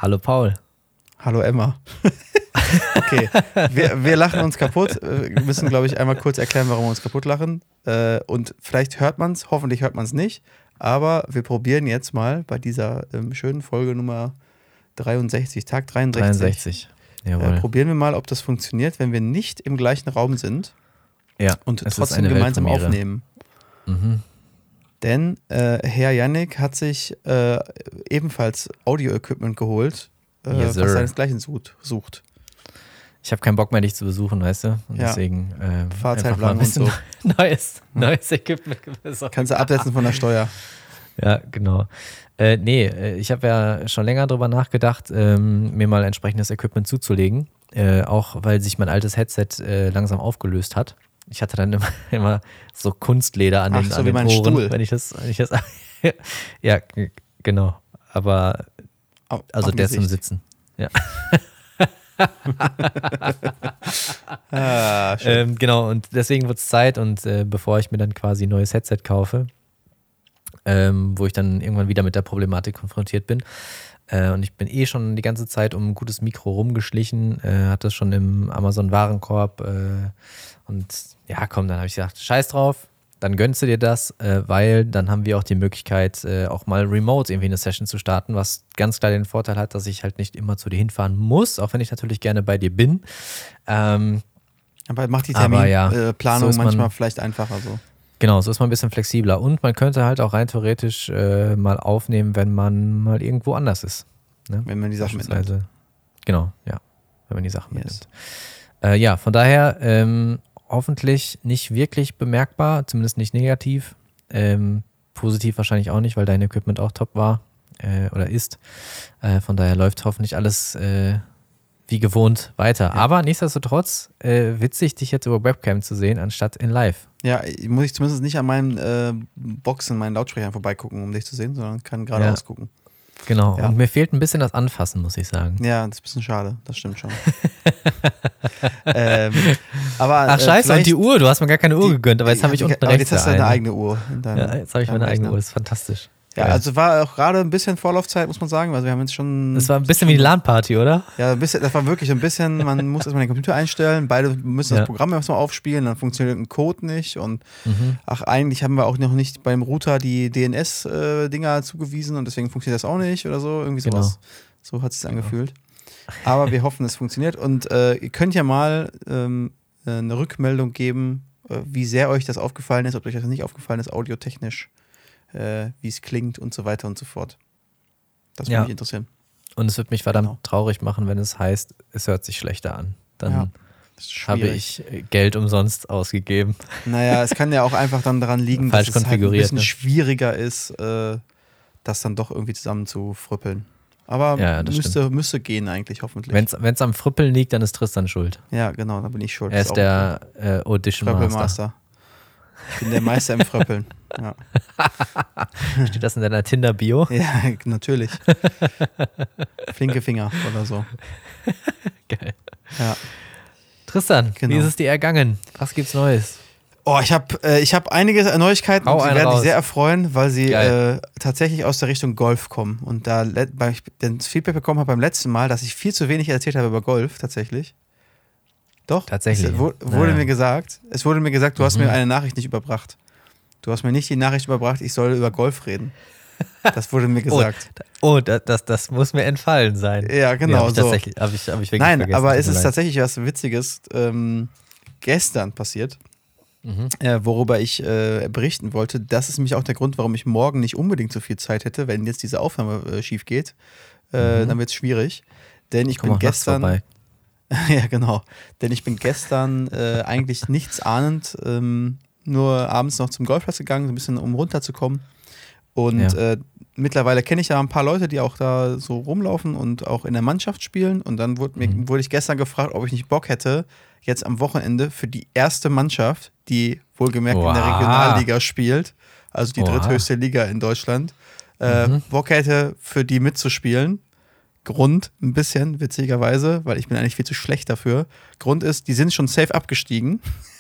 Hallo Paul. Hallo Emma. Okay, wir lachen uns kaputt. Wir müssen, glaube ich, einmal kurz erklären, warum wir uns kaputt lachen. Und vielleicht hört man es, hoffentlich hört man es nicht. Aber wir probieren jetzt mal bei dieser schönen Folge Nummer 63, Tag 63. Jawohl. Probieren wir mal, ob das funktioniert, wenn wir nicht im gleichen Raum sind und trotzdem gemeinsam aufnehmen. Mhm. Denn Herr Yannick hat sich ebenfalls Audio-Equipment geholt, Yes, was seinesgleichen sucht. Ich habe keinen Bock mehr, dich zu besuchen, weißt du? Und deswegen Fahrzeit lang und so. Neues Equipment. Kannst du absetzen von der Steuer. Ja, genau. Ich habe ja schon länger drüber nachgedacht, mir mal entsprechendes Equipment zuzulegen. Auch weil sich mein altes Headset langsam aufgelöst hat. Ich hatte dann immer so Kunstleder an den Ohren, Stuhl. wenn ich das ja, genau. Aber also der zum Sitzen. Ja. Schön. Genau, und deswegen wird es Zeit und bevor ich mir dann quasi ein neues Headset kaufe, wo ich dann irgendwann wieder mit der Problematik konfrontiert bin. Und ich bin schon die ganze Zeit um ein gutes Mikro rumgeschlichen, hatte es schon im Amazon-Warenkorb und ja, komm, dann habe ich gesagt, scheiß drauf, dann gönnst du dir das, weil dann haben wir auch die Möglichkeit, auch mal remote irgendwie eine Session zu starten, was ganz klar den Vorteil hat, dass ich halt nicht immer zu dir hinfahren muss, auch wenn ich natürlich gerne bei dir bin. Aber macht die Terminplanung so manchmal vielleicht einfacher so. Genau, so ist man ein bisschen flexibler und man könnte halt auch rein theoretisch mal aufnehmen, wenn man mal irgendwo anders ist. Ne? Wenn man die Sachen mitnimmt. Genau, ja, wenn man die Sachen mitnimmt. Von daher hoffentlich nicht wirklich bemerkbar, zumindest nicht negativ. Positiv wahrscheinlich auch nicht, weil dein Equipment auch top war oder ist. Von daher läuft hoffentlich alles wie gewohnt weiter. Ja. Aber nichtsdestotrotz witzig, dich jetzt über Webcam zu sehen, anstatt in live. Ja, muss ich zumindest nicht an meinen Boxen, meinen Lautsprechern vorbeigucken, um dich zu sehen, sondern kann geradeaus gucken. Genau, und mir fehlt ein bisschen das Anfassen, muss ich sagen. Ja, das ist ein bisschen schade, das stimmt schon. Aber, ach scheiße, und die Uhr, du hast mir gar keine Uhr gegönnt, aber jetzt habe ich unten rechts jetzt hast du deine eigene Uhr. Jetzt habe ich meine eigene Uhr, das ist fantastisch. Ja, also war auch gerade ein bisschen Vorlaufzeit, muss man sagen. Also wir haben jetzt schon. Das war ein bisschen wie die LAN-Party, oder? Ja, das war wirklich ein bisschen, man muss erstmal den Computer einstellen, beide müssen das Programm erstmal aufspielen, dann funktioniert ein Code nicht und eigentlich haben wir auch noch nicht beim Router die DNS-Dinger zugewiesen und deswegen funktioniert das auch nicht oder so, irgendwie sowas. Genau. So hat es sich angefühlt. Aber wir hoffen, es funktioniert und ihr könnt ja mal eine Rückmeldung geben, wie sehr euch das aufgefallen ist, ob euch das nicht aufgefallen ist, audiotechnisch. Wie es klingt und so weiter und so fort. Das würde mich interessieren. Und es wird mich verdammt traurig machen, wenn es heißt, es hört sich schlechter an. Dann habe ich Geld umsonst ausgegeben. Naja, es kann ja auch einfach dann daran liegen, dass es halt ein bisschen schwieriger ist, das dann doch irgendwie zusammen zu früppeln. Aber müsste gehen eigentlich, hoffentlich. Wenn es am Früppeln liegt, dann ist Tristan schuld. Ja, genau, dann bin ich schuld. Er ist der Audition Master. Ich bin der Meister im Fröppeln. Ja. Steht das in deiner Tinder-Bio? Ja, natürlich. Flinke Finger oder so. Geil. Ja. Tristan, wie ist es dir ergangen? Was gibt's Neues? Oh, ich hab einige Neuigkeiten und sie werden dich sehr erfreuen, weil sie tatsächlich aus der Richtung Golf kommen. Und da ich das Feedback bekommen habe beim letzten Mal, dass ich viel zu wenig erzählt habe über Golf, tatsächlich. Doch, tatsächlich. Es wurde mir gesagt, du hast mir eine Nachricht nicht überbracht. Du hast mir nicht die Nachricht überbracht, ich soll über Golf reden. Das wurde mir gesagt. Das muss mir entfallen sein. Ja, genau. Hab ich wirklich vergessen. Nein, aber es ist tatsächlich was Witziges gestern passiert, worüber ich berichten wollte. Das ist nämlich auch der Grund, warum ich morgen nicht unbedingt so viel Zeit hätte, wenn jetzt diese Aufnahme schief geht. Dann wird es schwierig. Denn ich bin gestern... Ja, genau. Denn ich bin gestern eigentlich nichts ahnend, nur abends noch zum Golfplatz gegangen, so ein bisschen um runterzukommen. Und mittlerweile kenne ich ja ein paar Leute, die auch da so rumlaufen und auch in der Mannschaft spielen. Und dann wurde ich gestern gefragt, ob ich nicht Bock hätte, jetzt am Wochenende für die erste Mannschaft, die wohlgemerkt in der Regionalliga spielt, also die dritthöchste Liga in Deutschland, Bock hätte, für die mitzuspielen. Grund, ein bisschen, witzigerweise, weil ich bin eigentlich viel zu schlecht dafür. Grund ist, die sind schon safe abgestiegen.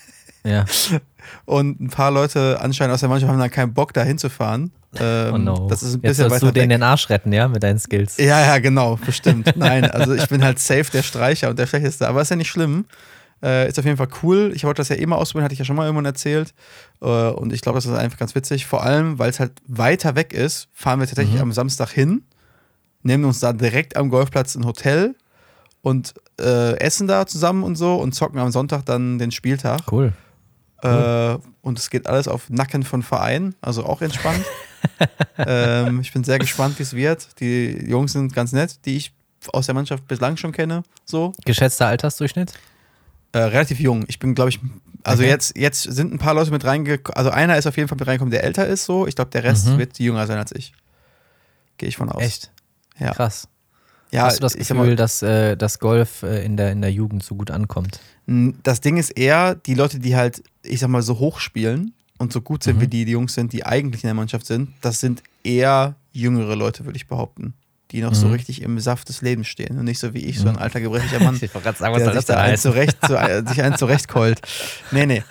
Ja. Und ein paar Leute anscheinend aus der Mannschaft haben dann keinen Bock, da hinzufahren. Oh no. Das ist ein Jetzt bisschen wirst weiter du den weg. den Arsch retten, ja, mit deinen Skills. Ja, genau, bestimmt. Nein, also ich bin halt safe der Streicher und der Schlechteste. Aber ist ja nicht schlimm. Ist auf jeden Fall cool. Ich wollte das ja immer ausprobieren, hatte ich ja schon mal irgendwann erzählt. Und ich glaube, das ist einfach ganz witzig. Vor allem, weil es halt weiter weg ist, fahren wir tatsächlich am Samstag hin, nehmen uns da direkt am Golfplatz ein Hotel und essen da zusammen und so und zocken am Sonntag dann den Spieltag. Cool. Und es geht alles auf Nacken von Verein, also auch entspannt. Ich bin sehr gespannt, wie es wird. Die Jungs sind ganz nett, die ich aus der Mannschaft bislang schon kenne. So. Geschätzter Altersdurchschnitt? Relativ jung. Ich bin, glaube ich, also Okay. jetzt sind ein paar Leute mit reingekommen. Also einer ist auf jeden Fall mit reingekommen, der älter ist so. Ich glaube, der Rest wird jünger sein als ich. Gehe ich von aus. Echt? Ja. Krass. Ja, Hast du das ich sag mal, Gefühl, dass das Golf in der Jugend so gut ankommt? das Ding ist eher, die Leute, die halt, ich sag mal, so hoch spielen und so gut sind, wie die Jungs sind, die eigentlich in der Mannschaft sind, das sind eher jüngere Leute, würde ich behaupten. Die noch so richtig im Saft des Lebens stehen und nicht so wie ich, so ein alter gebrechlicher Mann, Ich wollte gerade sagen, was der soll sich das denn da heißen? sich einen zurechtkeult. Nee.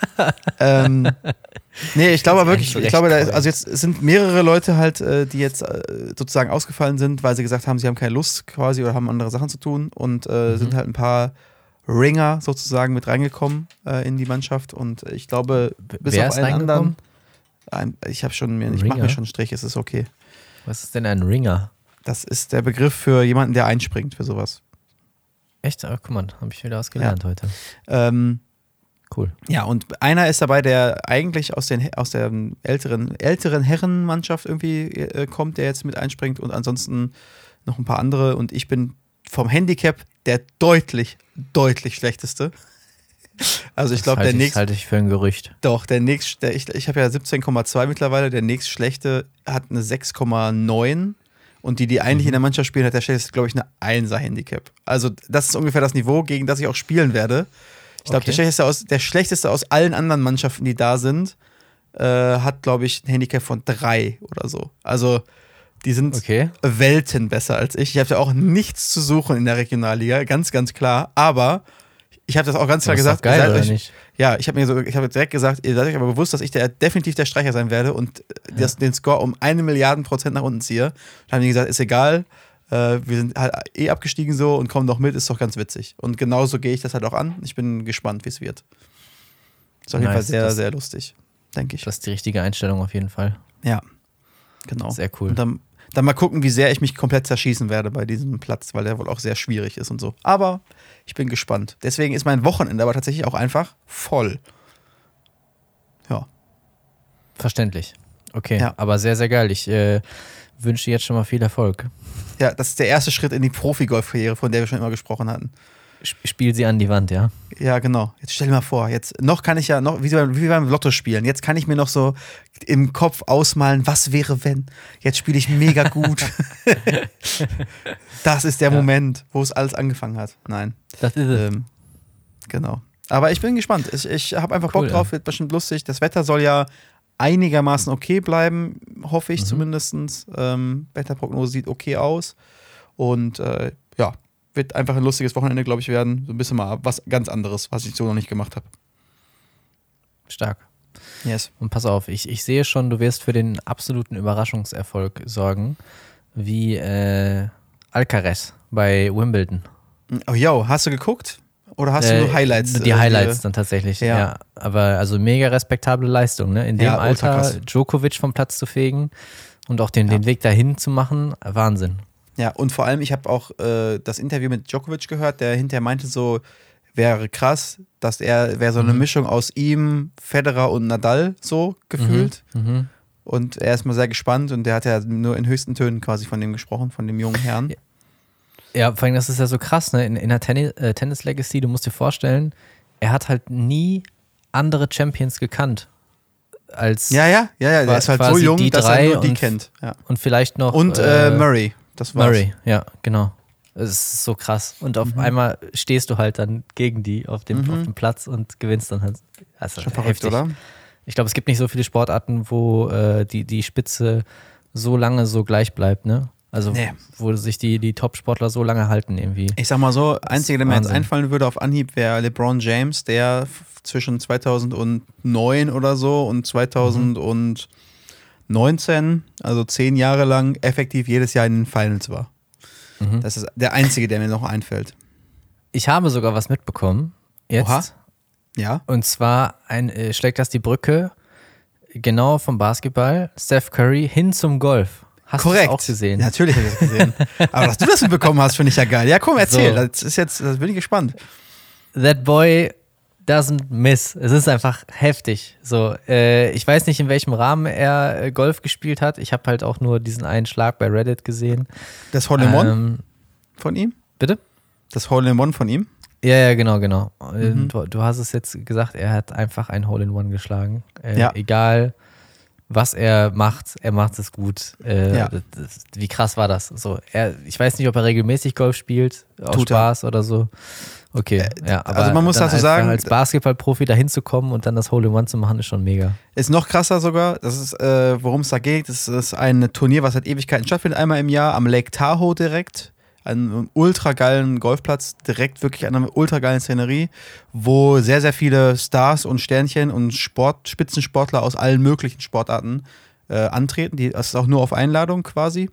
Nee, ich glaube Sich wirklich, einen ich glaube, zurechtkeult. also jetzt es sind mehrere Leute halt, die jetzt sozusagen ausgefallen sind, weil sie gesagt haben, sie haben keine Lust quasi oder haben andere Sachen zu tun und sind halt ein paar Ringer sozusagen mit reingekommen in die Mannschaft und ich glaube, bis Wer auf ist einen anderen, reingekommen? ich mache mir Ringer? schon einen Strich, es ist okay. Was ist denn ein Ringer? Das ist der Begriff für jemanden, der einspringt für sowas. Echt? Ach, guck mal, habe ich wieder was gelernt heute. Cool. Ja, und einer ist dabei, der eigentlich aus der älteren Herrenmannschaft irgendwie kommt, der jetzt mit einspringt und ansonsten noch ein paar andere und ich bin vom Handicap der deutlich schlechteste. Also ich glaube, der nächste, halte ich für ein Gerücht. doch, ich habe ja 17,2 mittlerweile, der nächstschlechte hat eine 6,9 und die eigentlich in der Mannschaft spielen, hat der schlechteste, glaube ich, eine 1er Handicap. Also das ist ungefähr das Niveau, gegen das ich auch spielen werde. Ich glaube, Okay. der schlechteste aus allen anderen Mannschaften, die da sind, hat, glaube ich, ein Handicap von 3 oder so. Also die sind Okay. Welten besser als ich. Ich habe ja auch nichts zu suchen in der Regionalliga, ganz, ganz klar. Aber ich habe das auch ganz klar Das ist doch gesagt. geil, ihr seid oder euch, nicht? ja, ich habe direkt gesagt, ihr seid euch aber bewusst, dass ich definitiv der Streicher sein werde und den Score um 1 Milliarden% nach unten ziehe. Dann haben die gesagt, ist egal, wir sind halt abgestiegen so und kommen doch mit, ist doch ganz witzig. Und genauso gehe ich das halt auch an. Ich bin gespannt, wie es wird. Ist auf jeden Fall Nice, sehr, das- sehr lustig, denke ich. Das ist die richtige Einstellung auf jeden Fall. Ja, genau. Sehr cool. Und dann mal gucken, wie sehr ich mich komplett zerschießen werde bei diesem Platz, weil der wohl auch sehr schwierig ist und so. Aber ich bin gespannt. Deswegen ist mein Wochenende aber tatsächlich auch einfach voll. Ja. Verständlich. Okay, Ja. aber sehr, sehr geil. Ich wünsche dir jetzt schon mal viel Erfolg. Ja, das ist der erste Schritt in die Profi-Golf-Karriere, von der wir schon immer gesprochen hatten. Spiel sie an die Wand, ja? Ja, genau. Jetzt stell dir mal vor, jetzt noch kann ich ja noch, wie beim Lotto spielen, jetzt kann ich mir noch so im Kopf ausmalen, was wäre, wenn. Jetzt spiele ich mega gut. Das ist der Moment, wo es alles angefangen hat. Nein. Das ist es. Genau. Aber ich bin gespannt. Ich habe einfach Cool, Bock drauf, wird bestimmt lustig. Das Wetter soll ja einigermaßen okay bleiben, hoffe ich zumindest. Wetterprognose sieht okay aus. Und ja, wird einfach ein lustiges Wochenende, glaube ich, werden. So ein bisschen mal was ganz anderes, was ich so noch nicht gemacht habe. Stark. Yes. Und pass auf, ich sehe schon, du wirst für den absoluten Überraschungserfolg sorgen, wie Alcaraz bei Wimbledon. Oh, yo, hast du geguckt? Oder hast du nur Highlights? Die Highlights dann tatsächlich, Ja. ja. Aber also mega respektable Leistung, ne? In dem Ja, ultra Alter krass. Djokovic vom Platz zu fegen und auch den Weg dahin zu machen, Wahnsinn. Ja, und vor allem, ich habe auch das Interview mit Djokovic gehört, der hinterher meinte so, wäre krass, dass wäre so eine Mischung aus ihm, Federer und Nadal so gefühlt. Mhm. Und er ist mal sehr gespannt und der hat ja nur in höchsten Tönen quasi von dem gesprochen, von dem jungen Herrn. Ja. Ja, vor allem, das ist ja so krass, ne? In der Tennis Legacy, du musst dir vorstellen, er hat halt nie andere Champions gekannt. Als Ja, der ist halt so quasi jung, die dass drei er nur die und- kennt. Ja. und vielleicht noch. Und Murray, das war's. Murray, ja, genau. Es ist so krass. Und auf einmal stehst du halt dann gegen die auf dem Platz und gewinnst dann halt. Also Schon verrückt, heftig. oder? Ich glaube, es gibt nicht so viele Sportarten, wo die Spitze so lange so gleich bleibt, ne? Also wo sich die Top-Sportler so lange halten irgendwie. Ich sag mal so, einzige, der mir jetzt Wahnsinn. einfallen würde auf Anhieb, wäre LeBron James, der zwischen 2009 oder so und 2019, also 10 Jahre lang, effektiv jedes Jahr in den Finals war. Das ist der einzige, der mir noch einfällt. Ich habe sogar was mitbekommen. Jetzt. Oha. Ja. Und zwar schlägt das die Brücke genau vom Basketball, Steph Curry, hin zum Golf. Hast du das auch gesehen? Ja, natürlich habe ich das gesehen. Aber dass du das mitbekommen hast, finde ich ja geil. Ja, komm, erzähl. So. Das bin ich gespannt. That boy doesn't miss. Es ist einfach heftig. So, ich weiß nicht, in welchem Rahmen er Golf gespielt hat. Ich habe halt auch nur diesen einen Schlag bei Reddit gesehen. Das Hole-in-One von ihm? Bitte? Das Hole-in-One von ihm? Ja, genau. Du hast es jetzt gesagt, er hat einfach ein Hole-in-One geschlagen. Egal, was er macht es gut. Wie krass war das? So, ich weiß nicht, ob er regelmäßig Golf spielt, aus Spaß oder so. Okay, aber also man muss dazu sagen, als Basketballprofi da hinzukommen und dann das Hole-in-One zu machen, ist schon mega. Ist noch krasser sogar. Das ist, worum es da geht. Das ist ein Turnier, was seit Ewigkeiten stattfindet, einmal im Jahr am Lake Tahoe direkt. Einen ultra geilen Golfplatz, direkt wirklich an einer ultra geilen Szenerie, wo sehr, sehr viele Stars und Sternchen und Spitzensportler aus allen möglichen Sportarten antreten. Das ist auch nur auf Einladung quasi.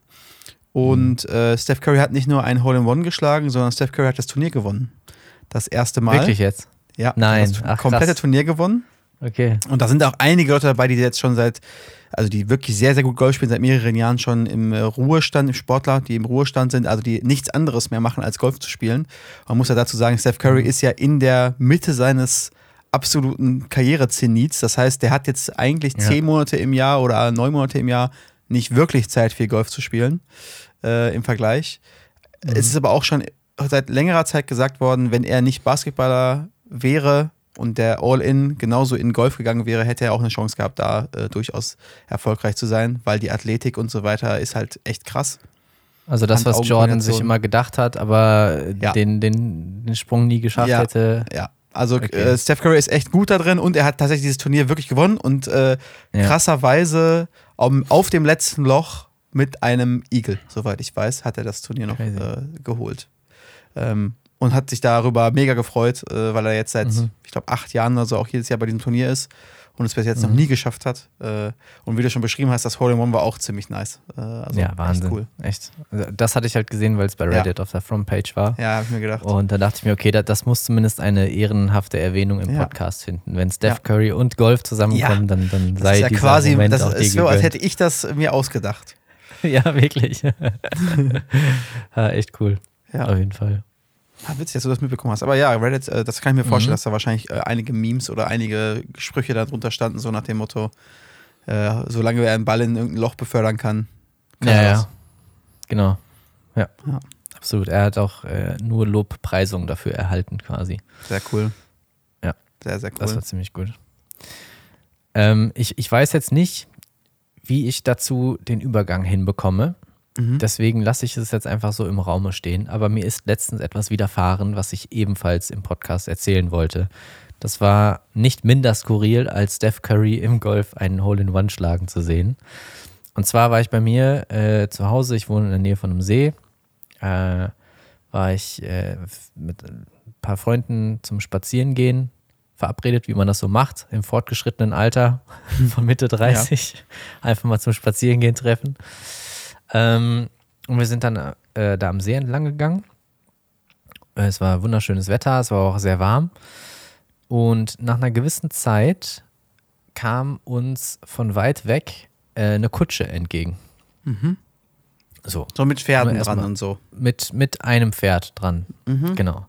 Und Steph Curry hat nicht nur ein Hole-in-One geschlagen, sondern Steph Curry hat das Turnier gewonnen. Das erste Mal. Wirklich jetzt? Ja. Nein. Das komplette Turnier gewonnen. Okay. Und da sind auch einige Leute dabei, die jetzt schon die wirklich sehr, sehr gut Golf spielen, seit mehreren Jahren schon im Ruhestand, Sportler, die im Ruhestand sind, also die nichts anderes mehr machen, als Golf zu spielen. Man muss ja dazu sagen, Steph Curry ist ja in der Mitte seines absoluten Karrierezenits. Das heißt, der hat jetzt eigentlich 10 Monate im Jahr oder 9 Monate im Jahr nicht wirklich Zeit, viel Golf zu spielen im Vergleich. Es ist aber auch schon seit längerer Zeit gesagt worden, wenn er nicht Basketballer wäre und der All-In genauso in Golf gegangen wäre, hätte er auch eine Chance gehabt, da durchaus erfolgreich zu sein, weil die Athletik und so weiter ist halt echt krass. Also das, was Jordan sich immer gedacht hat, aber den Sprung nie geschafft hätte. Ja, also Steph Curry ist echt gut da drin und er hat tatsächlich dieses Turnier wirklich gewonnen und krasserweise auf dem letzten Loch mit einem Eagle, soweit ich weiß, hat er das Turnier noch geholt. Und hat sich darüber mega gefreut, weil er jetzt seit, ich glaube, 8 Jahren oder so auch jedes Jahr bei diesem Turnier ist und es bis jetzt noch nie geschafft hat. Und wie du schon beschrieben hast, das Hole-in-One war auch ziemlich nice. Wahnsinn. Echt cool. Echt. Das hatte ich halt gesehen, weil es bei Reddit auf der Frontpage war. Ja, hab ich mir gedacht. Und da dachte ich mir, okay, das muss zumindest eine ehrenhafte Erwähnung im Podcast finden. Wenn Steph Curry und Golf zusammenkommen, dann sei dieser quasi, Moment das auch dir ist so, als hätte ich das mir ausgedacht. Ja, wirklich. Echt cool. Ja. Auf jeden Fall. Witzig, dass du das mitbekommen hast. Aber ja, Reddit, das kann ich mir vorstellen, dass da wahrscheinlich einige Memes oder einige Sprüche darunter standen, so nach dem Motto, solange er einen Ball in irgendein Loch befördern kann. Ja. Genau. Ja. Absolut. Er hat auch nur Lobpreisungen dafür erhalten, quasi. Sehr cool. Ja. Sehr, sehr cool. Das war ziemlich gut. Ich weiß jetzt nicht, wie ich dazu den Übergang hinbekomme. Deswegen lasse ich es jetzt einfach so im Raume stehen. Aber mir ist letztens etwas widerfahren, was ich ebenfalls im Podcast erzählen wollte. Das war nicht minder skurril, als Steph Curry im Golf einen Hole-in-One schlagen zu sehen. Und zwar war ich bei mir zu Hause, ich wohne in der Nähe von einem See, war ich mit ein paar Freunden zum Spazierengehen verabredet, wie man das so macht, im fortgeschrittenen Alter von Mitte 30. Einfach mal zum Spazierengehen treffen. Und wir sind dann da am See entlang gegangen. Es war wunderschönes Wetter, es war auch sehr warm. Und nach einer gewissen Zeit kam uns von weit weg eine Kutsche entgegen. So mit Pferden dran und so. Mit einem Pferd dran, genau.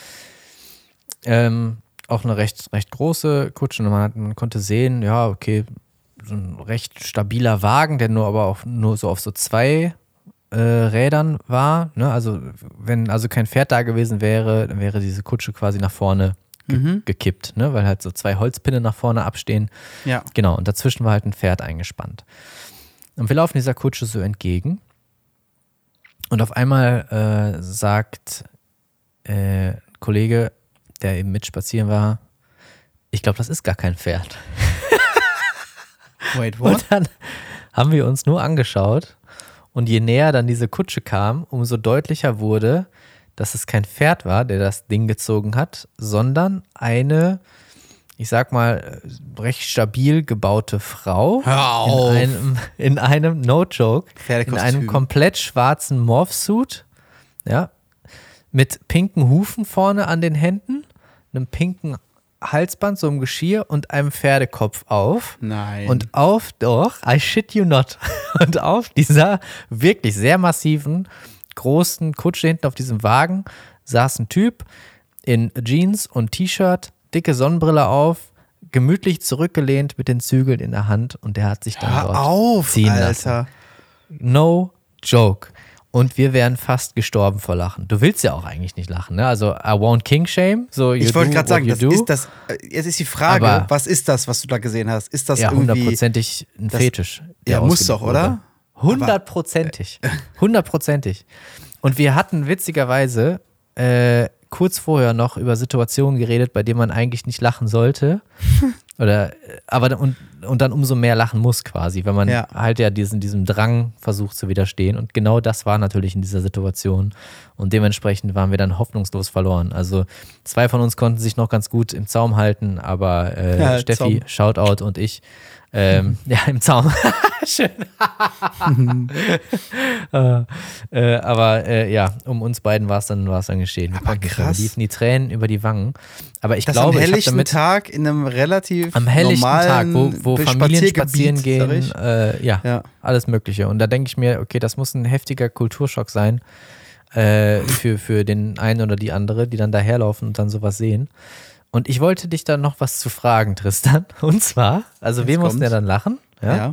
Auch eine recht große Kutsche. Und man konnte sehen, ja, okay, so ein recht stabiler Wagen, der nur so auf so 2 Rädern war. Ne? Also wenn also kein Pferd da gewesen wäre, dann wäre diese Kutsche quasi nach vorne gekippt, ne? Weil halt so 2 Holzpinne nach vorne abstehen. Ja. Genau, und dazwischen war halt ein Pferd eingespannt. Und wir laufen dieser Kutsche so entgegen und auf einmal sagt ein Kollege, der eben mit spazieren war, ich glaube, das ist gar kein Pferd. Wait, what? Und dann haben wir uns nur angeschaut Und je näher dann diese Kutsche kam, umso deutlicher wurde, dass es kein Pferd war, der das Ding gezogen hat, sondern eine, ich sag mal, recht stabil gebaute Frau in einem no joke, in einem komplett schwarzen Morphsuit, ja, mit pinken Hufen vorne an den Händen, einem pinken Halsband, so einem Geschirr und einem Pferdekopf auf. Nein. Und I shit you not. Und auf dieser wirklich sehr massiven, großen Kutsche hinten auf diesem Wagen saß ein Typ in Jeans und T-Shirt, dicke Sonnenbrille auf, gemütlich zurückgelehnt mit den Zügeln in der Hand und der hat sich dann dort ziehen lassen. No joke. Und wir wären fast gestorben vor Lachen. Du willst ja auch eigentlich nicht lachen, ne? Also, I won't king shame. So ich wollte gerade sagen, jetzt ist die Frage, aber was ist das, was du da gesehen hast? Ist das irgendwie... hundertprozentig ein Fetisch. Ja, muss doch, oder? Hundertprozentig. Hundertprozentig. Und wir hatten witzigerweise kurz vorher noch über Situationen geredet, bei denen man eigentlich nicht lachen sollte. Und dann umso mehr lachen muss quasi, wenn man halt ja diesem Drang versucht zu widerstehen. Und genau das war natürlich in dieser Situation. Und dementsprechend waren wir dann hoffnungslos verloren. Also 2 von uns konnten sich noch ganz gut im Zaum halten, aber Steffi, Shoutout und ich, im Zaum. Schön. Um uns beiden war es dann geschehen. Aber krass. Liefen die Tränen über die Wangen. Aber ich das glaube, am helllichten Tag in einem relativ am helllichten Tag, wo Familien spazieren gehen, ja, alles Mögliche. Und da denke ich mir, okay, das muss ein heftiger Kulturschock sein für den einen oder die andere, die dann daherlaufen und dann sowas sehen. Und ich wollte dich dann noch was zu fragen, Tristan. Und zwar, also wir mussten ja dann lachen. Ja.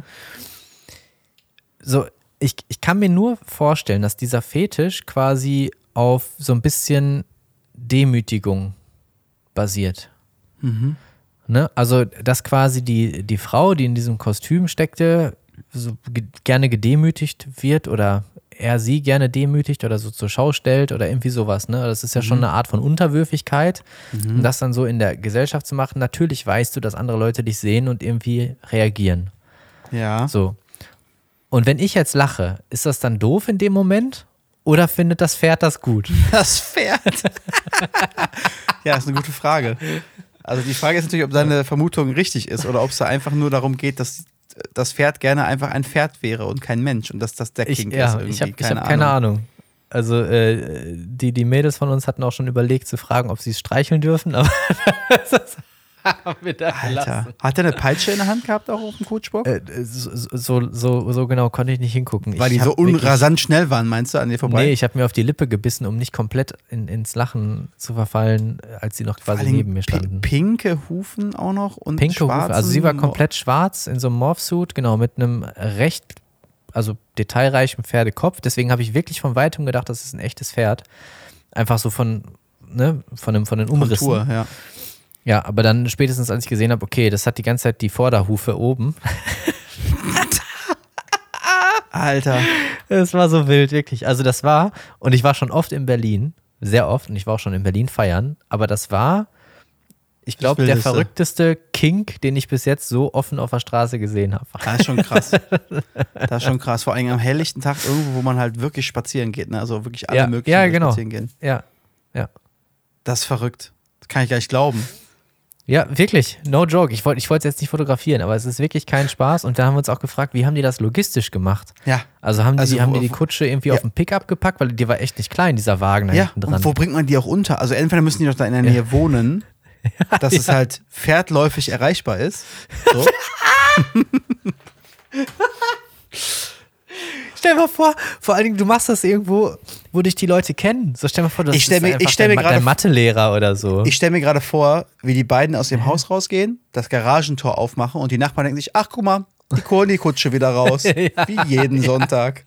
So, ich kann mir nur vorstellen, dass dieser Fetisch quasi auf so ein bisschen Demütigung basiert. Mhm. Ne? Also, dass quasi die Frau, die in diesem Kostüm steckte, so gerne gedemütigt wird oder er sie gerne demütigt oder so zur Schau stellt oder irgendwie sowas. Ne? Das ist ja schon eine Art von Unterwürfigkeit. Und das dann so in der Gesellschaft zu machen, natürlich weißt du, dass andere Leute dich sehen und irgendwie reagieren. Ja. So. Und wenn ich jetzt lache, ist das dann doof in dem Moment? Oder findet das Pferd das gut? Das Pferd? Ja, ist eine gute Frage. Also die Frage ist natürlich, ob deine Vermutung richtig ist oder ob es da einfach nur darum geht, dass das Pferd gerne einfach ein Pferd wäre und kein Mensch und dass das der Kink ist. Irgendwie. Ich habe keine Ahnung. Also die Mädels von uns hatten auch schon überlegt zu fragen, ob sie es streicheln dürfen, aber das haben wir da gelassen. Hat er eine Peitsche in der Hand gehabt auch auf dem Kutschbock? So genau konnte ich nicht hingucken. Weil die so rasant schnell waren, meinst du, an dir vorbei? Nee, ich habe mir auf die Lippe gebissen, um nicht komplett ins Lachen zu verfallen, als sie noch quasi neben mir standen. Pinke Hufen auch noch und pinke Hufen. Also sie war komplett schwarz in so einem Morphsuit, genau, mit einem recht detailreichen Pferdekopf. Deswegen habe ich wirklich von weitem gedacht, das ist ein echtes Pferd. Einfach so von den Umrissen. Kontur, ja. Ja, aber dann spätestens, als ich gesehen habe, okay, das hat die ganze Zeit die Vorderhufe oben. Alter. Das war so wild, wirklich. Also das war, und ich war schon oft in Berlin, sehr oft, und ich war auch schon in Berlin feiern, aber das war, ich glaube, der verrückteste Kink, den ich bis jetzt so offen auf der Straße gesehen habe. Das ist schon krass. Das ist schon krass. Vor allem am helllichten Tag irgendwo, wo man halt wirklich spazieren geht, ne? Also wirklich alle möglichen spazieren gehen. Ja. Das ist verrückt. Das kann ich gar nicht glauben. Ja, wirklich, no joke. Ich wollte es jetzt nicht fotografieren, aber es ist wirklich kein Spaß. Und da haben wir uns auch gefragt, wie haben die das logistisch gemacht? Ja. Also haben die Kutsche irgendwie auf den Pickup gepackt, weil die war echt nicht klein, dieser Wagen da hinten dran. Und wo bringt man die auch unter? Also entweder müssen die doch da in der Nähe wohnen, dass es halt pferdläufig erreichbar ist. So. Stell dir mal vor allen Dingen, du machst das irgendwo, wo dich die Leute kennen. So stell dir mal vor, das ist dein Mathelehrer oder so. Ich stelle mir gerade vor, wie die beiden aus ihrem Haus rausgehen, das Garagentor aufmachen und die Nachbarn denken sich, ach guck mal, die holen die Kutsche wieder raus. Wie jeden Sonntag.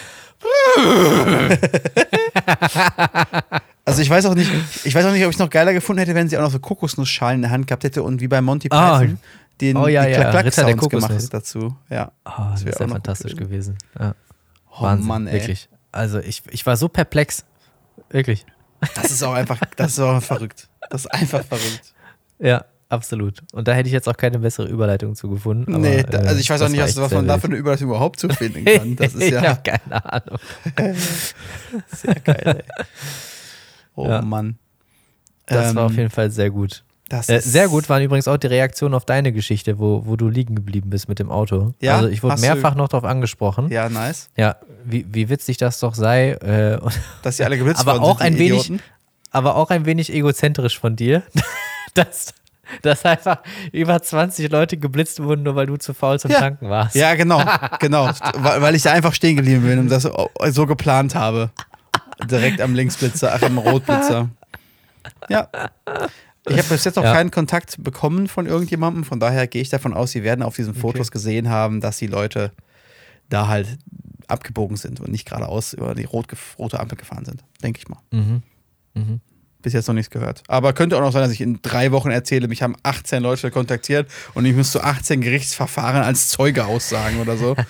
Also ich weiß auch nicht, ob ich es noch geiler gefunden hätte, wenn sie auch noch so Kokosnussschalen in der Hand gehabt hätte und wie bei Monty Python die Klack-Klack-Sounds gemacht hätte dazu. Ja. Das wäre fantastisch gewesen. Ja. Oh Wahnsinn, Mann, ey. Wirklich. Also ich war so perplex. Wirklich. Das ist auch verrückt. Das ist einfach verrückt. Ja. absolut. Und da hätte ich jetzt auch keine bessere Überleitung zu gefunden. Aber, nee, also ich weiß auch nicht, was man da für eine Überleitung überhaupt zu finden kann. Das ist ja. Ich habe keine Ahnung. Sehr geil, ey. Oh Mann. Das war auf jeden Fall sehr gut. Sehr gut waren übrigens auch die Reaktionen auf deine Geschichte, wo du liegen geblieben bist mit dem Auto. Ja, also ich wurde mehrfach noch darauf angesprochen. Ja, nice. Ja, wie witzig das doch sei. Dass sie alle geblitzt aber worden auch sind, ein wenig, Idioten. aber auch ein wenig egozentrisch von dir, dass einfach über 20 Leute geblitzt wurden, nur weil du zu faul zum Tanken warst. Ja, genau. Weil ich da einfach stehen geblieben bin und das so geplant habe. Direkt am Linksblitzer, am Rotblitzer. Ja. Ich habe bis jetzt noch keinen Kontakt bekommen von irgendjemandem, von daher gehe ich davon aus, sie werden auf diesen Fotos gesehen haben, dass die Leute da halt abgebogen sind und nicht geradeaus über die rote Ampel gefahren sind. Denke ich mal. Bis jetzt noch nichts gehört. Aber könnte auch noch sein, dass ich in 3 Wochen erzähle, mich haben 18 Leute kontaktiert und ich müsste 18 Gerichtsverfahren als Zeuge aussagen oder so.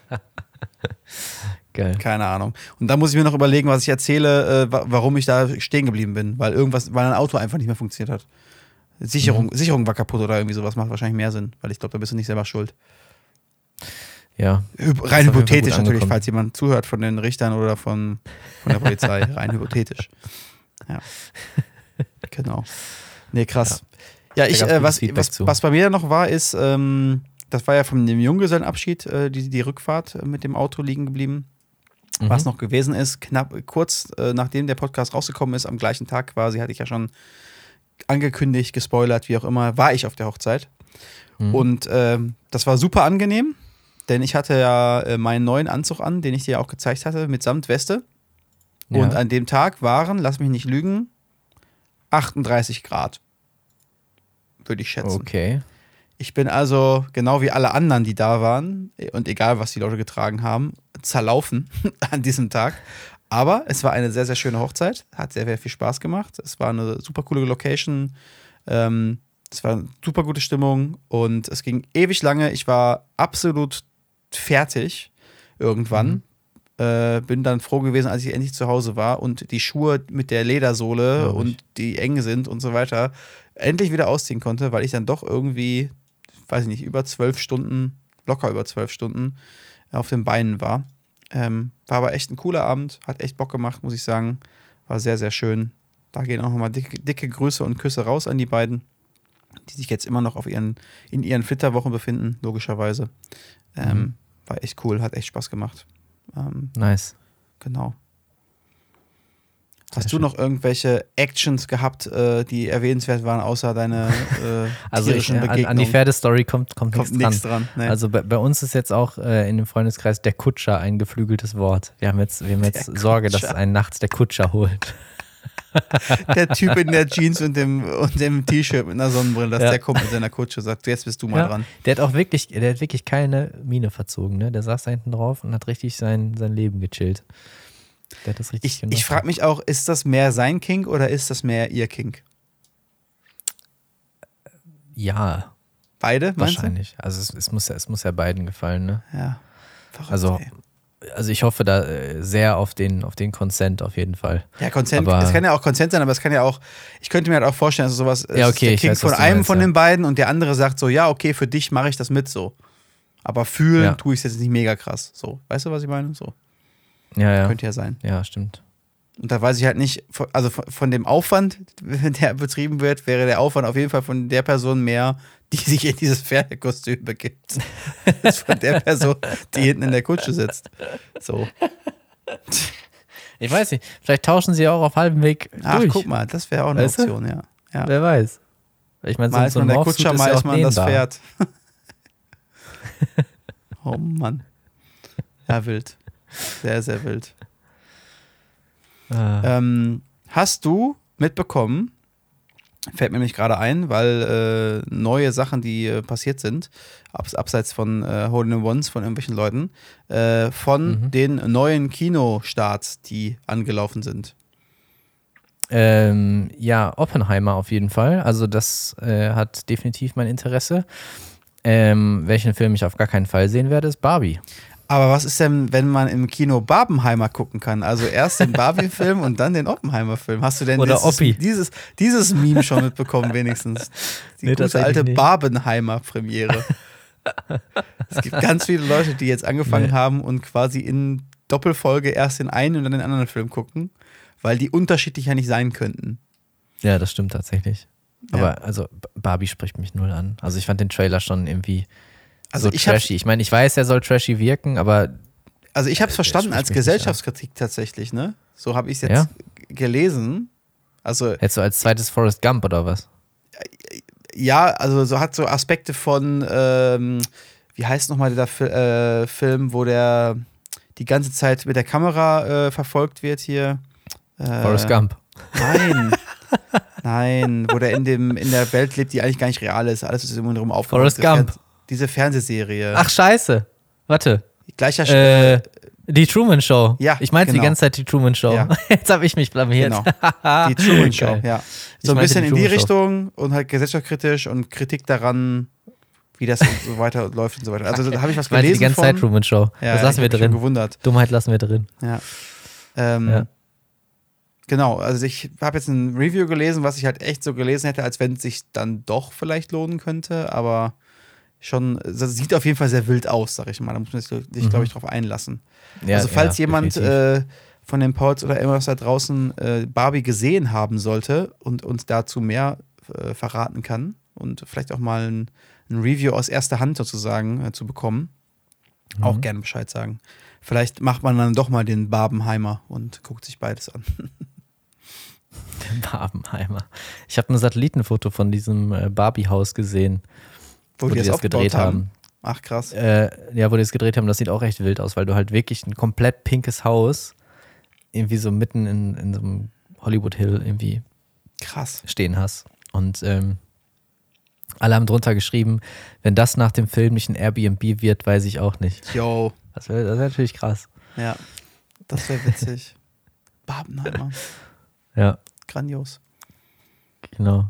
Geil. Keine Ahnung. Und da muss ich mir noch überlegen, was ich erzähle, warum ich da stehen geblieben bin. Weil ein Auto einfach nicht mehr funktioniert hat. Sicherung war kaputt oder irgendwie sowas, macht wahrscheinlich mehr Sinn. Weil ich glaube, da bist du nicht selber schuld. Ja. Rein hypothetisch natürlich, falls jemand zuhört von den Richtern oder von der Polizei. Rein hypothetisch. Ja. Genau. Nee, krass. Ja, was bei mir noch war, ist, das war ja von dem Junggesellenabschied, die Rückfahrt mit dem Auto liegen geblieben. Was noch gewesen ist, kurz nachdem der Podcast rausgekommen ist, am gleichen Tag quasi, hatte ich ja schon angekündigt, gespoilert, wie auch immer, war ich auf der Hochzeit. Und das war super angenehm, denn ich hatte ja meinen neuen Anzug an, den ich dir auch gezeigt hatte, mit Samtweste. Und an dem Tag waren, lass mich nicht lügen, 38 Grad. Würde ich schätzen. Okay. Ich bin also, genau wie alle anderen, die da waren, und egal, was die Leute getragen haben, zerlaufen an diesem Tag. Aber es war eine sehr, sehr schöne Hochzeit. Hat sehr, sehr viel Spaß gemacht. Es war eine super coole Location. Es war eine super gute Stimmung. Und es ging ewig lange. Ich war absolut fertig irgendwann. Bin dann froh gewesen, als ich endlich zu Hause war und die Schuhe mit der Ledersohle und die eng sind und so weiter endlich wieder ausziehen konnte, weil ich dann doch irgendwie, weiß ich nicht, locker über 12 Stunden auf den Beinen war. War aber echt ein cooler Abend, hat echt Bock gemacht, muss ich sagen. War sehr, sehr schön. Da gehen auch nochmal dicke Grüße und Küsse raus an die beiden, die sich jetzt immer noch in ihren Flitterwochen befinden, logischerweise. War echt cool, hat echt Spaß gemacht. Nice. Genau. Hast du noch irgendwelche Actions gehabt, die erwähnenswert waren, außer deine tierischen Begegnungen? An die Pferdestory kommt nichts dran. Nee. Also bei uns ist jetzt auch in dem Freundeskreis der Kutscher ein geflügeltes Wort. Wir haben jetzt Sorge, dass einen nachts der Kutscher holt. Der Typ in der Jeans und dem T-Shirt mit einer Sonnenbrille, der kommt mit seiner Kutsche und sagt, jetzt bist du mal dran. Der hat wirklich keine Miene verzogen, ne? Der saß da hinten drauf und hat richtig sein Leben gechillt. Der hat das richtig genossen. Ich frage mich auch, ist das mehr sein Kink oder ist das mehr ihr Kink? Ja. Beide, wahrscheinlich. Also es muss ja beiden gefallen, ne? Ja. Verrückt, also ich hoffe da sehr auf den Consent auf jeden Fall. Ja, Consent, es kann ja auch Consent sein, aber es kann ja auch, ich könnte mir halt auch vorstellen, dass sowas ist der King von einem von den beiden und der andere sagt so, ja, okay, für dich mache ich das mit so. Aber fühlen tue ich es jetzt nicht mega krass. So, weißt du, was ich meine? So. Ja. Könnte ja sein. Ja, stimmt. Und da weiß ich halt nicht, also von dem Aufwand, der betrieben wird, wäre der Aufwand auf jeden Fall von der Person mehr, die sich in dieses Pferdekostüm begibt. Als von der Person, die hinten in der Kutsche sitzt. So. Ich weiß nicht, vielleicht tauschen sie auch auf halbem Weg durch. Ach, guck mal, das wäre auch eine Option, ja. Wer weiß. Ich meine, mal ist man der Kutscher, mal ist man das Pferd. Oh Oh Mann. Ja, wild. Sehr, sehr wild. Hast du mitbekommen, fällt mir nämlich gerade ein, weil neue Sachen, die passiert sind, abseits von Hole-in-Ones von irgendwelchen Leuten, von den neuen Kinostarts, die angelaufen sind? Ja, Oppenheimer auf jeden Fall. Also das hat definitiv mein Interesse. Welchen Film ich auf gar keinen Fall sehen werde, ist Barbie. Aber was ist denn, wenn man im Kino Barbenheimer gucken kann? Also erst den Barbie-Film und dann den Oppenheimer-Film. Hast du denn dieses Meme schon mitbekommen wenigstens? Die gute alte Barbenheimer-Premiere. Es gibt ganz viele Leute, die jetzt angefangen haben und quasi in Doppelfolge erst den einen und dann den anderen Film gucken, weil die unterschiedlich ja nicht sein könnten. Ja, das stimmt tatsächlich. Aber also Barbie spricht mich null an. Also ich fand den Trailer schon irgendwie so trashy. Ich meine, ich weiß, er soll trashy wirken, aber also ich habe es verstanden als Gesellschaftskritik tatsächlich, ne? So habe ich es jetzt gelesen. Also jetzt so als zweites Forrest Gump oder was? Ja, also so hat so Aspekte von wie heißt nochmal der Film, wo der die ganze Zeit mit der Kamera verfolgt wird hier. Forrest Gump. Nein, wo der in der Welt lebt, die eigentlich gar nicht real ist. Alles ist immer drum aufgebaut. Forrest Gump. Diese Fernsehserie. Ach, scheiße. Warte. Gleicher Die Truman Show. Ja, ich meinte die ganze Zeit die Truman Show. Ja. Jetzt habe ich mich blamiert. Genau. Die Truman Show, ja. So ein bisschen in die Show. Richtung und halt gesellschaftskritisch und Kritik daran, wie das so weiter läuft und so weiter. Also da habe ich was gelesen. Die ganze Zeit Truman Show. Ja, das lassen wir drin. Gewundert. Dummheit lassen wir drin. Ja. Genau, also ich habe jetzt ein Review gelesen, was ich halt echt so gelesen hätte, als wenn es sich dann doch vielleicht lohnen könnte, aber schon, das sieht auf jeden Fall sehr wild aus, sag ich mal. Da muss man sich, glaube ich, drauf einlassen. Ja, also falls jemand von den Pauls oder irgendwas da draußen Barbie gesehen haben sollte und uns dazu mehr verraten kann und vielleicht auch mal ein Review aus erster Hand sozusagen zu bekommen, auch gerne Bescheid sagen. Vielleicht macht man dann doch mal den Barbenheimer und guckt sich beides an. Barbenheimer. Ich habe ein Satellitenfoto von diesem Barbie-Haus gesehen, wo die das gedreht haben. Ach, krass. Ja, wo die das gedreht haben, das sieht auch echt wild aus, weil du halt wirklich ein komplett pinkes Haus irgendwie so mitten in so einem Hollywood Hill irgendwie krass stehen hast. Und alle haben drunter geschrieben, wenn das nach dem Film nicht ein Airbnb wird, weiß ich auch nicht. Yo. Das wäre natürlich krass. Ja, das wäre witzig. Barbenheimer. Ja. Grandios. Genau.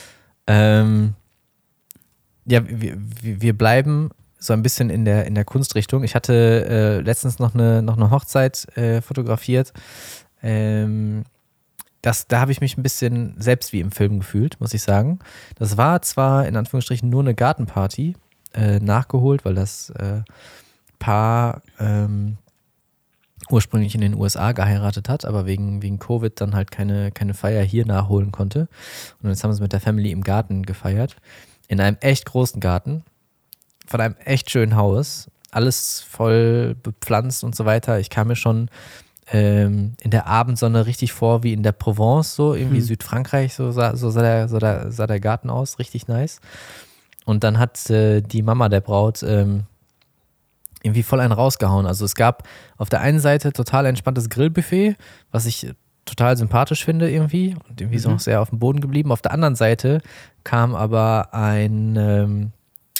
Ja, wir bleiben so ein bisschen in der Kunstrichtung. Ich hatte letztens noch eine Hochzeit fotografiert. Da habe ich mich ein bisschen selbst wie im Film gefühlt, muss ich sagen. Das war zwar in Anführungsstrichen nur eine Gartenparty, nachgeholt, weil das Paar ursprünglich in den USA geheiratet hat, aber wegen Covid dann halt keine Feier hier nachholen konnte. Und jetzt haben sie mit der Family im Garten gefeiert. In einem echt großen Garten, von einem echt schönen Haus, alles voll bepflanzt und so weiter. Ich kam mir schon in der Abendsonne richtig vor, wie in der Provence, so irgendwie Südfrankreich, so sah der Garten aus, richtig nice. Und dann hat die Mama der Braut irgendwie voll einen rausgehauen. Also es gab auf der einen Seite total entspanntes Grillbuffet, was ich total sympathisch finde irgendwie und irgendwie so noch sehr auf dem Boden geblieben. Auf der anderen Seite kam aber ein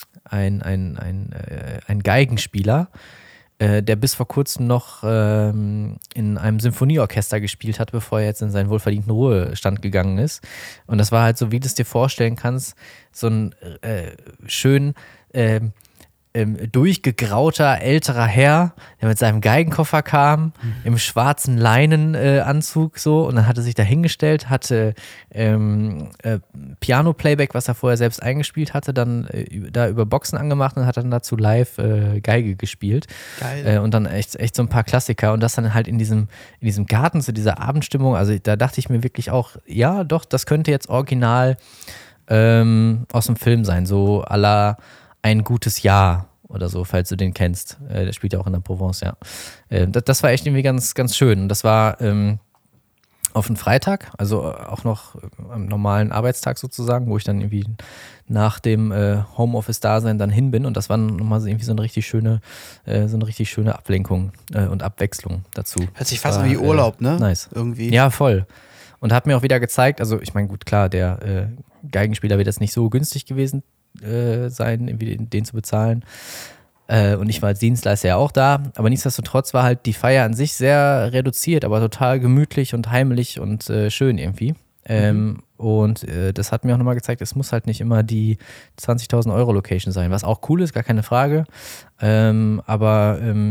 Geigenspieler, der bis vor kurzem noch in einem Symphonieorchester gespielt hat, bevor er jetzt in seinen wohlverdienten Ruhestand gegangen ist. Und das war halt so, wie du es dir vorstellen kannst, so ein schön durchgegrauter älterer Herr, der mit seinem Geigenkoffer kam, im schwarzen Leinenanzug so, und dann hat er sich da hingestellt, hatte Piano-Playback, was er vorher selbst eingespielt hatte, dann da über Boxen angemacht und hat dann dazu live Geige gespielt. Geil. Und dann echt so ein paar Klassiker und das dann halt in diesem Garten, zu dieser Abendstimmung, also da dachte ich mir wirklich auch, ja doch, das könnte jetzt original aus dem Film sein, so à la Ein gutes Jahr oder so, falls du den kennst. Der spielt ja auch in der Provence, ja. Das war echt irgendwie ganz, ganz schön. Und das war auf einen Freitag, also auch noch am normalen Arbeitstag sozusagen, wo ich dann irgendwie nach dem Homeoffice-Dasein dann hin bin. Und das war nochmal irgendwie so eine richtig schöne Ablenkung und Abwechslung dazu. Hört sich fast an wie Urlaub, ne? Nice. Irgendwie. Ja, voll. Und hat mir auch wieder gezeigt, also ich meine, gut, klar, der Geigenspieler wird jetzt nicht so günstig gewesen sein, irgendwie den zu bezahlen. Und ich war als Dienstleister ja auch da, aber nichtsdestotrotz war halt die Feier an sich sehr reduziert, aber total gemütlich und heimlich und schön irgendwie. Und das hat mir auch nochmal gezeigt, es muss halt nicht immer die 20.000 € Location sein, was auch cool ist, gar keine Frage. Aber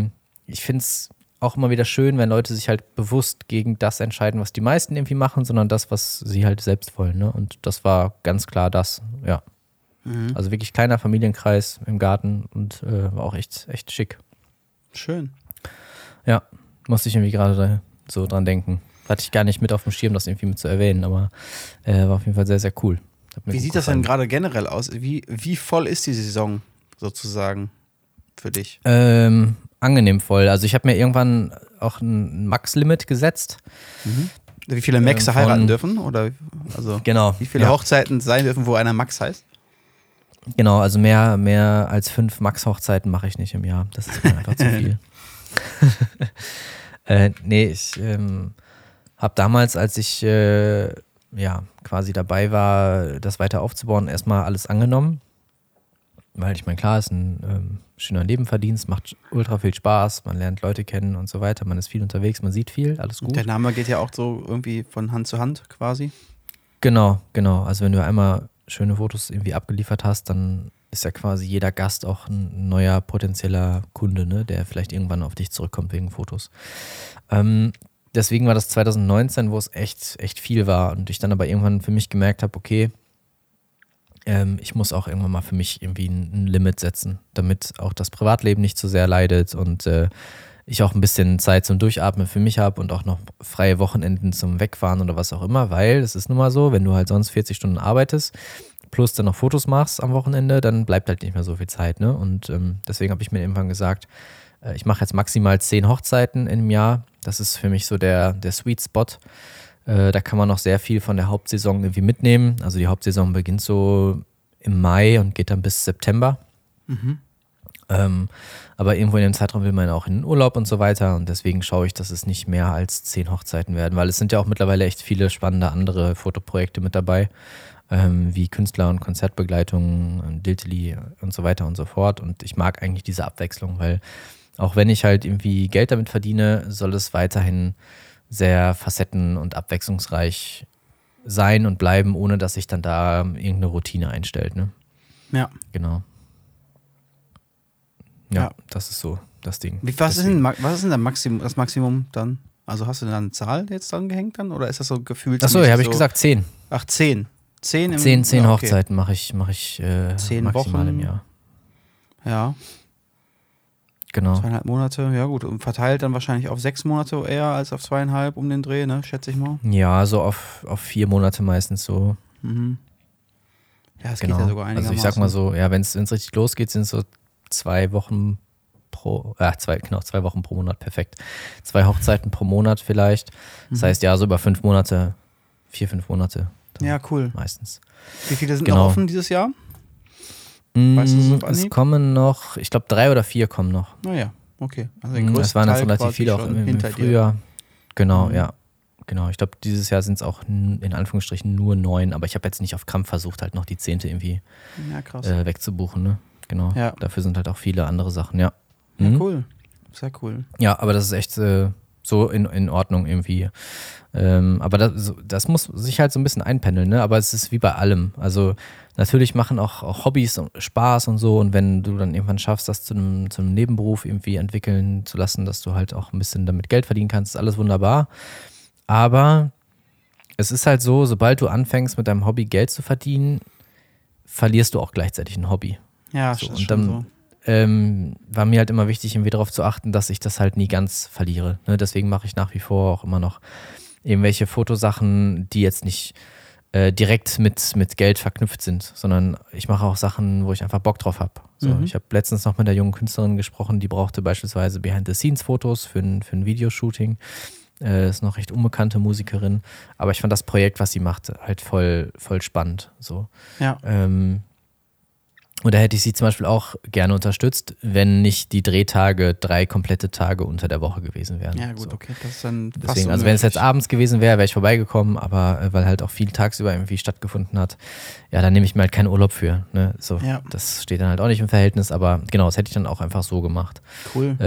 ich finde es auch immer wieder schön, wenn Leute sich halt bewusst gegen das entscheiden, was die meisten irgendwie machen, sondern das, was sie halt selbst wollen. Ne? Und das war ganz klar das, ja. Also wirklich kleiner Familienkreis im Garten und war auch echt schick. Schön. Ja, musste ich irgendwie gerade so dran denken. Hatte ich gar nicht mit auf dem Schirm, das irgendwie mit zu erwähnen, aber war auf jeden Fall sehr, sehr cool. Wie sieht das denn gerade generell aus? Wie voll ist die Saison sozusagen für dich? Angenehm voll. Also ich habe mir irgendwann auch ein Max-Limit gesetzt. Wie viele Maxe heiraten dürfen? Oder also genau, wie viele Hochzeiten sein dürfen, wo einer Max heißt? Genau, also mehr als 5 Max-Hochzeiten mache ich nicht im Jahr. Das ist mir einfach zu viel. Ich habe damals, als ich quasi dabei war, das weiter aufzubauen, erstmal alles angenommen. Weil ich meine, klar, ist ein schöner Nebenverdienst, macht ultra viel Spaß, man lernt Leute kennen und so weiter, man ist viel unterwegs, man sieht viel, alles gut. Und der Name geht ja auch so irgendwie von Hand zu Hand quasi. Genau. Also wenn du einmal schöne Fotos irgendwie abgeliefert hast, dann ist ja quasi jeder Gast auch ein neuer potenzieller Kunde, ne, der vielleicht irgendwann auf dich zurückkommt wegen Fotos. Deswegen war das 2019, wo es echt viel war und ich dann aber irgendwann für mich gemerkt habe, okay, ich muss auch irgendwann mal für mich irgendwie ein Limit setzen, damit auch das Privatleben nicht zu sehr leidet und ich auch ein bisschen Zeit zum Durchatmen für mich habe und auch noch freie Wochenenden zum Wegfahren oder was auch immer, weil es ist nun mal so, wenn du halt sonst 40 Stunden arbeitest, plus dann noch Fotos machst am Wochenende, dann bleibt halt nicht mehr so viel Zeit, ne? Und deswegen habe ich mir irgendwann gesagt, ich mache jetzt maximal 10 Hochzeiten im Jahr. Das ist für mich so der Sweet Spot. Da kann man noch sehr viel von der Hauptsaison irgendwie mitnehmen. Also die Hauptsaison beginnt so im Mai und geht dann bis September. Aber irgendwo in dem Zeitraum will man auch in den Urlaub und so weiter. Und deswegen schaue ich, dass es nicht mehr als 10 Hochzeiten werden, weil es sind ja auch mittlerweile echt viele spannende andere Fotoprojekte mit dabei, wie Künstler- und Konzertbegleitungen, Diltily und so weiter und so fort. Und ich mag eigentlich diese Abwechslung, weil auch wenn ich halt irgendwie Geld damit verdiene, soll es weiterhin sehr facetten- und abwechslungsreich sein und bleiben, ohne dass sich dann da irgendeine Routine einstellt. Ne? Ja. Genau. Ja, das ist so das Ding. Was ist denn das Maximum dann? Also hast du da eine Zahl jetzt dran gehängt dann? Oder ist das so gefühlt? Achso, ja, habe ich gesagt 10. Ach, 10. 10 Hochzeiten mache ich 10 maximal Wochen im Jahr. Ja. Genau. 2,5 Monate, ja gut. Und verteilt dann wahrscheinlich auf 6 Monate eher als auf 2,5 um den Dreh, ne? Schätze ich mal. Ja, so auf 4 Monate meistens so. Ja, es geht ja sogar einigermaßen. Also ich sag mal so, ja, wenn es richtig losgeht, sind es so 2 Wochen zwei Wochen pro Monat, perfekt. 2 Hochzeiten pro Monat vielleicht. Das heißt, ja, so über 5 Monate, 4-5 Monate. Ja, cool. Meistens. Wie viele sind noch offen dieses Jahr? Weißt du so es kommen noch, ich glaube 3 oder 4 kommen noch. Naja, okay. Also es waren jetzt relativ viele auch im Frühjahr. Genau, ja. Genau, ich glaube, dieses Jahr sind es auch in Anführungsstrichen nur 9, aber ich habe jetzt nicht auf Krampf versucht, halt noch die 10. irgendwie wegzubuchen. Ne? Genau, dafür sind halt auch viele andere Sachen, ja. Ja, cool. Sehr cool. Ja, aber das ist echt so in Ordnung irgendwie. Aber das muss sich halt so ein bisschen einpendeln, ne? Aber es ist wie bei allem. Also natürlich machen auch Hobbys Spaß und so. Und wenn du dann irgendwann schaffst, das zu einem Nebenberuf irgendwie entwickeln zu lassen, dass du halt auch ein bisschen damit Geld verdienen kannst, ist alles wunderbar. Aber es ist halt so, sobald du anfängst, mit deinem Hobby Geld zu verdienen, verlierst du auch gleichzeitig ein Hobby. Ja, so, ist und schon dann so. war mir halt immer wichtig, irgendwie darauf zu achten, dass ich das halt nie ganz verliere. Ne? Deswegen mache ich nach wie vor auch immer noch irgendwelche Fotosachen, die jetzt nicht direkt mit Geld verknüpft sind, sondern ich mache auch Sachen, wo ich einfach Bock drauf habe. So, ich habe letztens noch mit der jungen Künstlerin gesprochen, die brauchte beispielsweise Behind-the-Scenes-Fotos für ein Videoshooting. Ist noch recht unbekannte Musikerin, aber ich fand das Projekt, was sie macht, halt voll spannend. So. Ja. Und da hätte ich sie zum Beispiel auch gerne unterstützt, wenn nicht die Drehtage 3 komplette Tage unter der Woche gewesen wären. Ja gut, okay, das ist dann fast deswegen, also wenn es jetzt abends gewesen wäre, wäre ich vorbeigekommen, aber weil halt auch viel tagsüber irgendwie stattgefunden hat, ja, dann nehme ich mir halt keinen Urlaub für. Ne? So, das steht dann halt auch nicht im Verhältnis, aber genau, das hätte ich dann auch einfach so gemacht. Cool.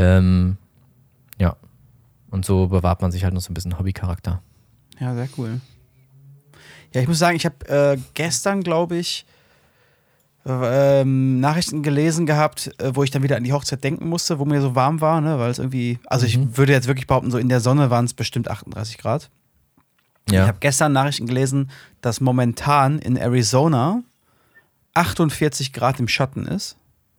Ja. Und so bewahrt man sich halt noch so ein bisschen Hobbycharakter. Ja, sehr cool. Ja, ich muss sagen, ich habe gestern, glaube ich, Nachrichten gelesen gehabt, wo ich dann wieder an die Hochzeit denken musste, wo mir so warm war, ne, weil es irgendwie, also ich würde jetzt wirklich behaupten, so in der Sonne waren es bestimmt 38 Grad. Ja. Ich habe gestern Nachrichten gelesen, dass momentan in Arizona 48 Grad im Schatten ist.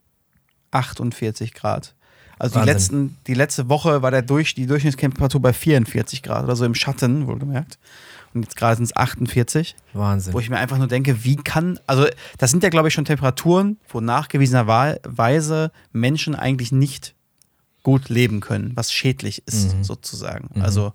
48 Grad. Also die letzte Woche war die Durchschnittstemperatur bei 44 Grad oder so im Schatten, wohlgemerkt. Und jetzt gerade sind es 48. Wahnsinn. Wo ich mir einfach nur denke, also das sind ja, glaube ich, schon Temperaturen, wo nachgewiesenerweise Menschen eigentlich nicht gut leben können, was schädlich ist, sozusagen. Also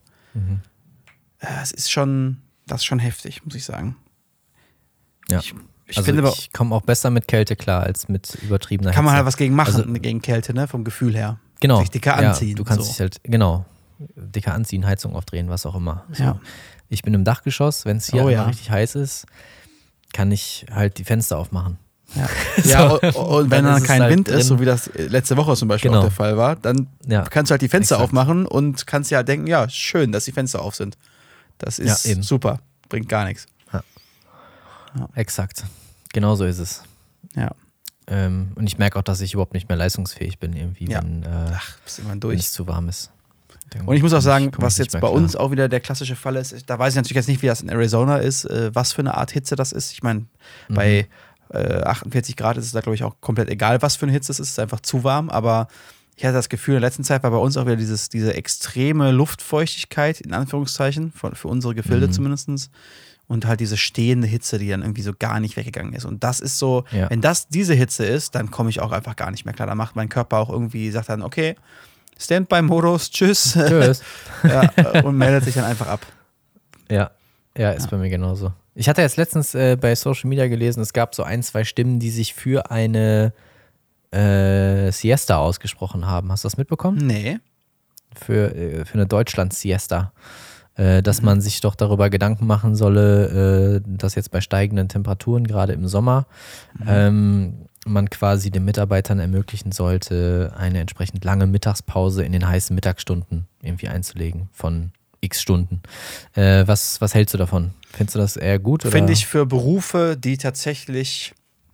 das ist schon heftig, muss ich sagen. Ja. Ich komme auch besser mit Kälte klar als mit übertriebener Hitze. Kann man halt was gegen machen, gegen Kälte, ne, vom Gefühl her. Genau. Sich dicker anziehen. Du kannst dich halt, dicker anziehen, Heizung aufdrehen, was auch immer. So. Ja. Ich bin im Dachgeschoss, wenn es hier richtig heiß ist, kann ich halt die Fenster aufmachen. Ja, ja und wenn dann kein Wind ist, so wie das letzte Woche zum Beispiel auch der Fall war, dann kannst du halt die Fenster aufmachen und kannst ja halt denken, ja, schön, dass die Fenster auf sind. Das ist super, bringt gar nichts. Ja. Exakt, genau so ist es. Ja. Und ich merke auch, dass ich überhaupt nicht mehr leistungsfähig bin, irgendwie, wenn es zu warm ist. Und ich muss auch sagen, was jetzt bei uns auch wieder der klassische Fall ist, da weiß ich natürlich jetzt nicht, wie das in Arizona ist, was für eine Art Hitze das ist. Ich meine, bei 48 Grad ist es da, glaube ich, auch komplett egal, was für eine Hitze es ist einfach zu warm, aber ich hatte das Gefühl, in der letzten Zeit war bei uns auch wieder diese extreme Luftfeuchtigkeit, in Anführungszeichen, für unsere Gefilde zumindest, und halt diese stehende Hitze, die dann irgendwie so gar nicht weggegangen ist. Und das ist so, wenn das diese Hitze ist, dann komme ich auch einfach gar nicht mehr klar. Da macht mein Körper auch irgendwie, sagt dann, okay, Standby-Modus, tschüss. Und meldet sich dann einfach ab. Ja, ist bei mir genauso. Ich hatte jetzt letztens bei Social Media gelesen, es gab so 1-2 Stimmen, die sich für eine Siesta ausgesprochen haben. Hast du das mitbekommen? Nee. Für eine Deutschland-Siesta. Dass man sich doch darüber Gedanken machen solle, dass jetzt bei steigenden Temperaturen, gerade im Sommer, man quasi den Mitarbeitern ermöglichen sollte, eine entsprechend lange Mittagspause in den heißen Mittagsstunden irgendwie einzulegen von x Stunden. Was hältst du davon? Findest du das eher gut? Finde ich für Berufe, die tatsächlich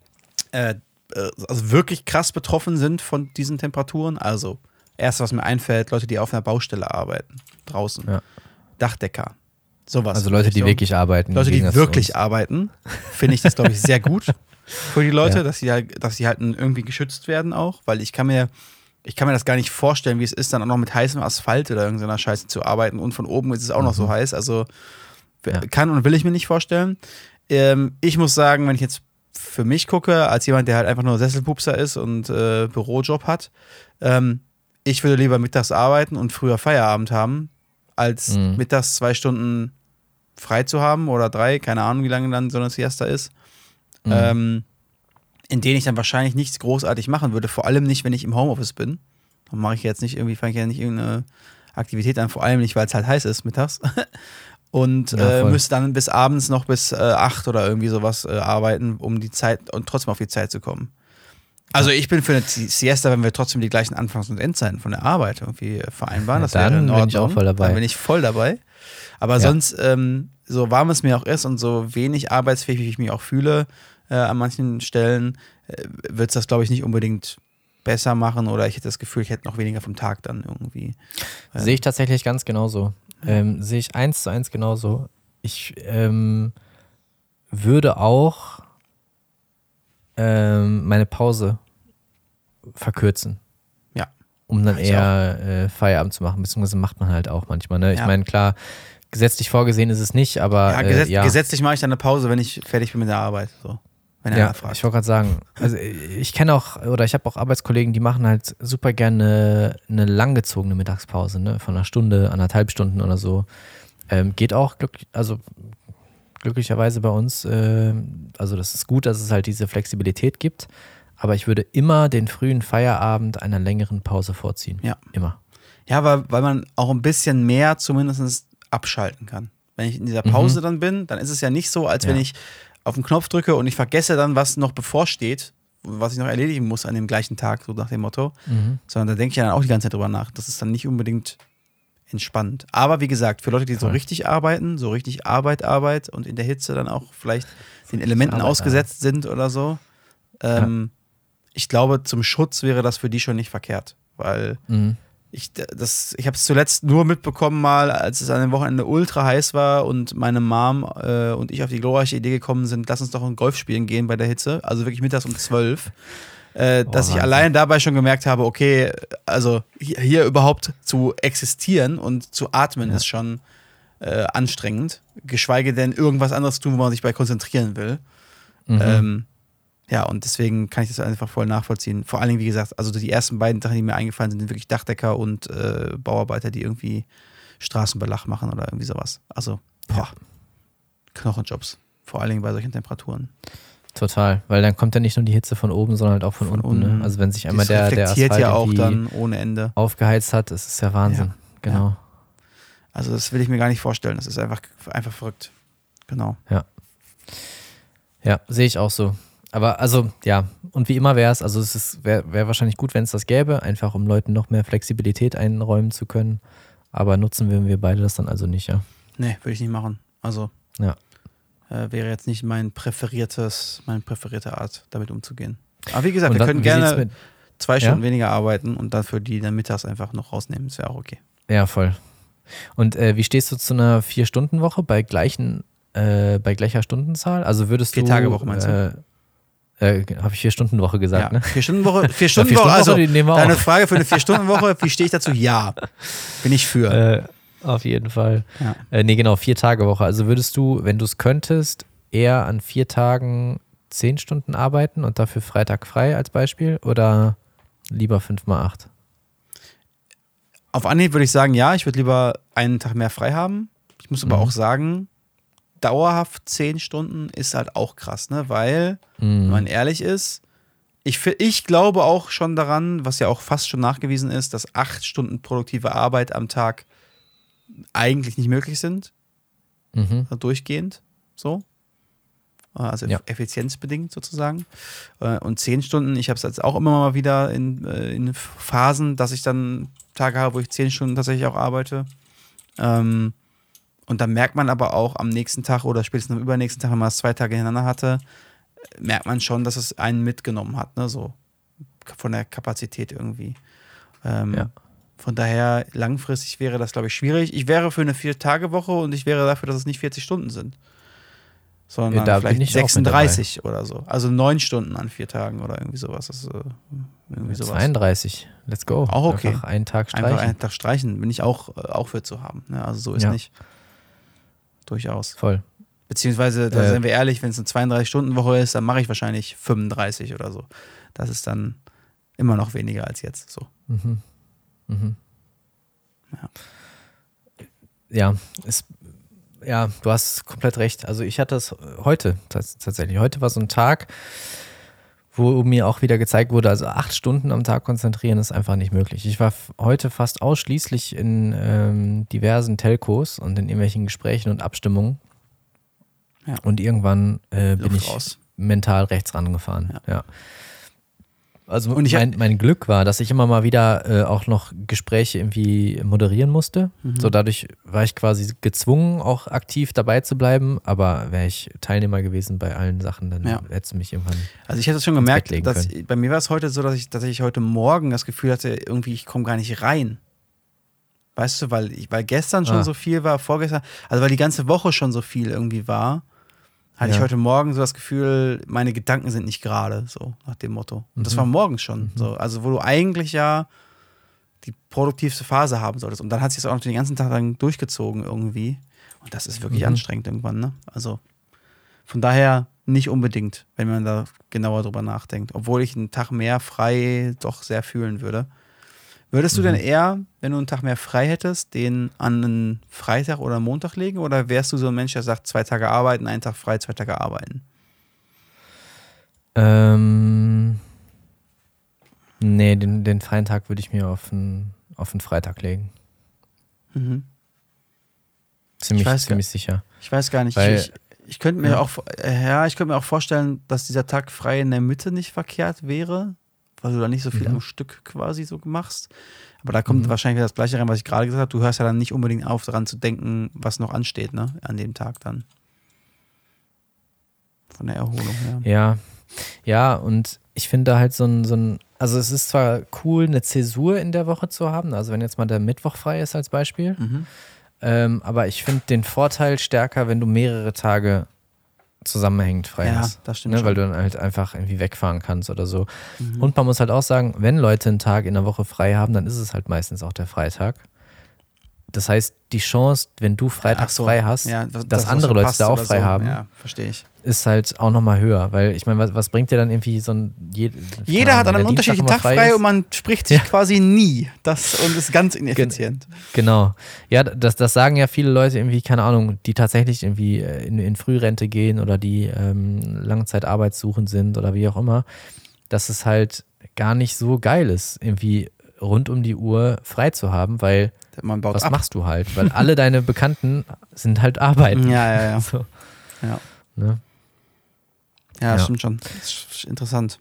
also wirklich krass betroffen sind von diesen Temperaturen. Also, erst was mir einfällt, Leute, die auf einer Baustelle arbeiten, draußen. Ja. Dachdecker, sowas. Also Leute, die wirklich arbeiten. Leute, die wirklich arbeiten, finde ich das, glaube ich, sehr gut für die Leute, dass sie halt irgendwie geschützt werden auch, weil ich kann mir das gar nicht vorstellen, wie es ist, dann auch noch mit heißem Asphalt oder irgendeiner Scheiße zu arbeiten und von oben ist es auch noch so heiß, also kann und will ich mir nicht vorstellen. Ich muss sagen, wenn ich jetzt für mich gucke, als jemand, der halt einfach nur Sesselpupser ist und Bürojob hat, ich würde lieber mittags arbeiten und früher Feierabend haben, als mittags 2 Stunden frei zu haben oder 3, keine Ahnung, wie lange dann so eine Siesta ist, in denen ich dann wahrscheinlich nichts großartig machen würde, vor allem nicht, wenn ich im Homeoffice bin. Dann fange ich jetzt nicht irgendeine Aktivität an, vor allem nicht, weil es halt heiß ist mittags. Und müsste dann bis abends noch bis 8 oder irgendwie sowas arbeiten, um die Zeit und trotzdem auf die Zeit zu kommen. Also ich bin für eine Siesta, wenn wir trotzdem die gleichen Anfangs- und Endzeiten von der Arbeit irgendwie vereinbaren. Das dann bin ich auch voll dabei. Dann bin ich voll dabei. Aber sonst, so warm es mir auch ist und so wenig arbeitsfähig, wie ich mich auch fühle an manchen Stellen, wird es das, glaube ich, nicht unbedingt besser machen oder ich hätte das Gefühl, ich hätte noch weniger vom Tag dann irgendwie. Sehe ich tatsächlich ganz genauso. Sehe ich 1:1 genauso. Ich würde auch meine Pause verkürzen. Ja. Um dann eher Feierabend zu machen, beziehungsweise macht man halt auch manchmal. Ne? Ich meine, klar, gesetzlich vorgesehen ist es nicht, aber gesetzlich mache ich dann eine Pause, wenn ich fertig bin mit der Arbeit. So. Wenn einer fragt. Ich wollte gerade sagen, also ich kenne auch, oder ich habe auch Arbeitskollegen, die machen halt super gerne eine langgezogene Mittagspause, ne? Von 1 Stunde, 1,5 Stunden oder so. Geht auch, glücklicherweise bei uns, also das ist gut, dass es halt diese Flexibilität gibt, aber ich würde immer den frühen Feierabend einer längeren Pause vorziehen. Ja. Immer. Ja, weil man auch ein bisschen mehr zumindest abschalten kann. Wenn ich in dieser Pause dann bin, dann ist es ja nicht so, als wenn ich auf den Knopf drücke und ich vergesse dann, was noch bevorsteht, was ich noch erledigen muss an dem gleichen Tag, so nach dem Motto. Sondern da denke ich ja dann auch die ganze Zeit drüber nach. Das ist dann nicht unbedingt entspannt. Aber wie gesagt, für Leute, die so richtig arbeiten, so richtig Arbeit und in der Hitze dann auch vielleicht den Elementen ausgesetzt sind oder so, Ich glaube, zum Schutz wäre das für die schon nicht verkehrt, weil ich habe es zuletzt nur mitbekommen mal, als es an dem Wochenende ultra heiß war und meine Mom und ich auf die glorreiche Idee gekommen sind, lass uns doch ein Golf spielen gehen bei der Hitze, also wirklich mittags um 12. Dass ich allein dabei schon gemerkt habe, okay, also hier überhaupt zu existieren und zu atmen ist schon anstrengend, geschweige denn irgendwas anderes tun, wo man sich bei konzentrieren will. Ja, und deswegen kann ich das einfach voll nachvollziehen. Vor allen Dingen, wie gesagt, also die ersten beiden Sachen, die mir eingefallen sind, sind wirklich Dachdecker und Bauarbeiter, die irgendwie Straßenbelach machen oder irgendwie sowas. Also, Knochenjobs. Vor allen Dingen bei solchen Temperaturen. Total, weil dann kommt ja nicht nur die Hitze von oben, sondern halt auch von unten. Ne? Also wenn sich einmal der Asphalt ja auch dann ohne Ende aufgeheizt hat, ist es ja Wahnsinn. Ja, genau. Ja. Also das will ich mir gar nicht vorstellen. Das ist einfach verrückt. Genau. Ja, sehe ich auch so. Aber also, ja, und wie immer wäre es, also es wäre wahrscheinlich gut, wenn es das gäbe, einfach um Leuten noch mehr Flexibilität einräumen zu können. Aber nutzen würden wir beide das dann also nicht, ja? Nee, würde ich nicht machen. Also wäre jetzt nicht meine präferierte Art, damit umzugehen. Aber wie gesagt, wir können gerne 2 Stunden weniger arbeiten und dafür die dann mittags einfach noch rausnehmen. Das wäre auch okay. Ja, voll. Und wie stehst du zu einer 4-Stunden-Woche bei gleicher Stundenzahl? Also würdest du 4-Tage-Woche meinst du? Habe ich 4-Stunden-Woche gesagt, ne? 4-Stunden-Woche, also deine Frage für eine 4-Stunden-Woche, wie stehe ich dazu? Ja, bin ich für. Auf jeden Fall. Ja. Nee, genau, 4-Tage-Woche. Also würdest du, wenn du es könntest, eher an 4 Tagen 10 Stunden arbeiten und dafür Freitag frei als Beispiel oder lieber 5x8? Auf Anhieb würde ich sagen, ja, ich würde lieber einen Tag mehr frei haben. Ich muss aber auch sagen, dauerhaft 10 Stunden ist halt auch krass, ne? Weil, wenn man ehrlich ist, ich glaube auch schon daran, was ja auch fast schon nachgewiesen ist, dass 8 Stunden produktive Arbeit am Tag eigentlich nicht möglich sind. Also durchgehend so. Also effizienzbedingt sozusagen. Und 10 Stunden, ich habe es jetzt auch immer mal wieder in Phasen, dass ich dann Tage habe, wo ich 10 Stunden tatsächlich auch arbeite. Und dann merkt man aber auch am nächsten Tag oder spätestens am übernächsten Tag, wenn man es 2 Tage hintereinander hatte, merkt man schon, dass es einen mitgenommen hat, ne? So von der Kapazität irgendwie. Von daher, langfristig wäre das, glaube ich, schwierig. Ich wäre für eine 4-Tage-Woche und ich wäre dafür, dass es nicht 40 Stunden sind. Sondern vielleicht 36 oder so. Also 9 Stunden an 4 Tagen oder irgendwie sowas. Das, irgendwie sowas. 32, let's go. Auch okay. Einfach einen Tag streichen. Einfach einen Tag streichen, bin ich auch für zu haben. Ne? Also so ist nicht. Durchaus. Voll. Beziehungsweise, da sind wir ehrlich, wenn es eine 32-Stunden-Woche ist, dann mache ich wahrscheinlich 35 oder so. Das ist dann immer noch weniger als jetzt. So. Ja, du hast komplett recht. Also ich hatte es heute tatsächlich. Heute war so ein Tag, wo mir auch wieder gezeigt wurde, also 8 Stunden am Tag konzentrieren ist einfach nicht möglich. Ich war heute fast ausschließlich in diversen Telcos und in irgendwelchen Gesprächen und Abstimmungen. Ja. Und irgendwann bin ich mental rechts rangefahren. Ja. Also und mein Glück war, dass ich immer mal wieder auch noch Gespräche irgendwie moderieren musste. So dadurch war ich quasi gezwungen, auch aktiv dabei zu bleiben. Aber wäre ich Teilnehmer gewesen bei allen Sachen, dann hättest du mich irgendwann. Also ich hatte schon gemerkt, dass bei mir war es heute so, dass ich heute Morgen das Gefühl hatte, irgendwie ich komme gar nicht rein. Weißt du, weil gestern schon so viel war, vorgestern, also weil die ganze Woche schon so viel irgendwie war. Hatte ich heute Morgen so das Gefühl, meine Gedanken sind nicht gerade, so nach dem Motto. Und das war morgens schon. So. Also wo du eigentlich ja die produktivste Phase haben solltest. Und dann hat sich das auch noch den ganzen Tag lang durchgezogen irgendwie. Und das ist wirklich anstrengend irgendwann, ne? Also von daher nicht unbedingt, wenn man da genauer drüber nachdenkt. Obwohl ich einen Tag mehr frei doch sehr fühlen würde. Würdest du denn eher, wenn du einen Tag mehr frei hättest, den an einen Freitag oder Montag legen? Oder wärst du so ein Mensch, der sagt, 2 Tage arbeiten, 1 Tag frei, 2 Tage arbeiten? Nee, den freien Tag würde ich mir auf einen Freitag legen. Ziemlich sicher. Ich weiß gar nicht. Ich könnte mir auch vorstellen, dass dieser Tag frei in der Mitte nicht verkehrt wäre. Weil du da nicht so viel am Stück quasi so machst. Aber da kommt wahrscheinlich wieder das Gleiche rein, was ich gerade gesagt habe. Du hörst ja dann nicht unbedingt auf, daran zu denken, was noch ansteht, ne? An dem Tag dann. Von der Erholung her. Ja, Ja, und ich finde halt also es ist zwar cool, eine Zäsur in der Woche zu haben, also wenn jetzt mal der Mittwoch frei ist als Beispiel, aber ich finde den Vorteil stärker, wenn du mehrere Tage zusammenhängend frei hast. Ja, das stimmt schon. Weil du dann halt einfach irgendwie wegfahren kannst oder so. Und man muss halt auch sagen, wenn Leute einen Tag in der Woche frei haben, dann ist es halt meistens auch der Freitag. Das heißt, die Chance, wenn du freitags frei hast, dass andere Leute da auch frei haben, verstehe ich, ist halt auch nochmal höher. Weil ich meine, was bringt dir dann irgendwie so ein... Jeder hat an einem unterschiedlichen Tag frei und man spricht sich quasi nie. Und ist ganz ineffizient. Genau. Ja, das sagen ja viele Leute irgendwie, keine Ahnung, die tatsächlich irgendwie in Frührente gehen oder die langzeitarbeitssuchend sind oder wie auch immer, dass es halt gar nicht so geil ist, irgendwie rund um die Uhr frei zu haben, weil was machst du halt? Weil alle deine Bekannten sind halt arbeiten. Ja. So. Ja. Ne? Ja, das stimmt schon. Das ist interessant.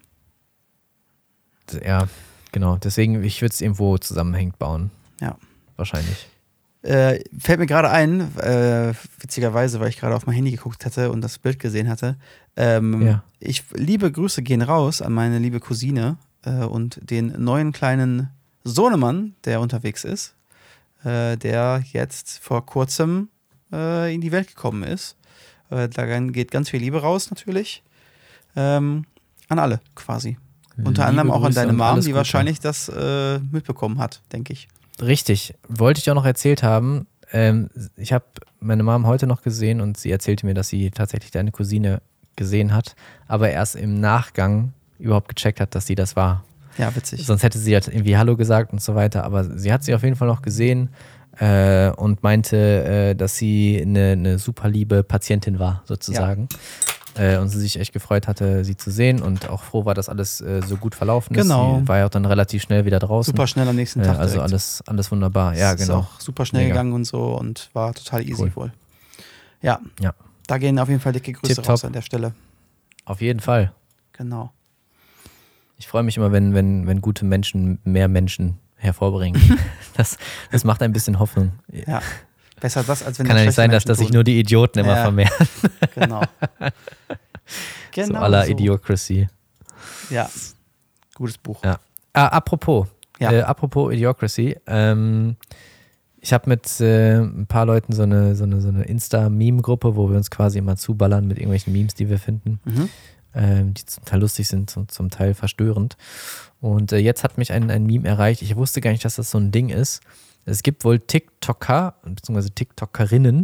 Ja, genau. Deswegen, ich würde es irgendwo zusammenhängend bauen. Ja. Wahrscheinlich. Fällt mir gerade ein, witzigerweise, weil ich gerade auf mein Handy geguckt hatte und das Bild gesehen hatte. Liebe Grüße gehen raus an meine liebe Cousine und den neuen kleinen Sohnemann, der unterwegs ist, der jetzt vor kurzem in die Welt gekommen ist. Da geht ganz viel Liebe raus natürlich. An alle quasi. Unter anderem auch an deine Mom, die wahrscheinlich das mitbekommen hat, denke ich. Richtig. Wollte ich auch noch erzählt haben. Ich habe meine Mom heute noch gesehen und sie erzählte mir, dass sie tatsächlich deine Cousine gesehen hat, aber erst im Nachgang überhaupt gecheckt hat, dass sie das war. Ja, witzig. Sonst hätte sie halt irgendwie Hallo gesagt und so weiter, aber sie hat sie auf jeden Fall noch gesehen und meinte, dass sie eine super liebe Patientin war, sozusagen. Ja. Und sie sich echt gefreut hatte, sie zu sehen und auch froh war, dass alles so gut verlaufen ist. Genau. Sie war ja auch dann relativ schnell wieder draußen. Super schnell am nächsten Tag. Also alles wunderbar. Ja, genau. Ist auch super schnell gegangen und so und war total easy wohl. Ja. Da gehen auf jeden Fall dicke Grüße raus an der Stelle. Auf jeden Fall. Genau. Ich freue mich immer, wenn gute Menschen mehr Menschen hervorbringen. Das macht ein bisschen Hoffnung. Ja. Besser das, als wenn kann ja nicht sein, dass sich nur die Idioten immer vermehren. Genau. So à la Idiocracy. Ja. Gutes Buch. Ja. Apropos Idiocracy. Ich habe mit ein paar Leuten so eine Insta-Meme-Gruppe, wo wir uns quasi immer zuballern mit irgendwelchen Memes, die wir finden. Die zum Teil lustig sind, zum Teil verstörend. Und jetzt hat mich ein Meme erreicht. Ich wusste gar nicht, dass das so ein Ding ist. Es gibt wohl TikToker bzw. TikTokerinnen,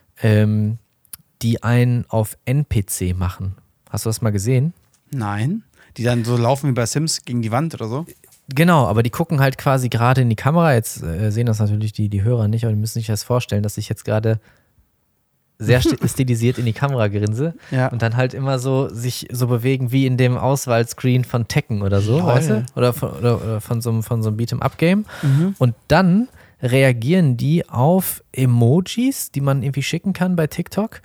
die einen auf NPC machen. Hast du das mal gesehen? Nein. Die dann so laufen wie bei Sims gegen die Wand oder so? Genau, aber die gucken halt quasi gerade in die Kamera. Jetzt sehen das natürlich die Hörer nicht, aber die müssen sich das vorstellen, dass ich jetzt gerade sehr stilisiert in die Kamera grinse und dann halt immer so sich so bewegen wie in dem Auswahlscreen von Tekken oder so, weißt du? Oder von so einem Beat'em-up-Game. Und dann reagieren die auf Emojis, die man irgendwie schicken kann bei TikTok.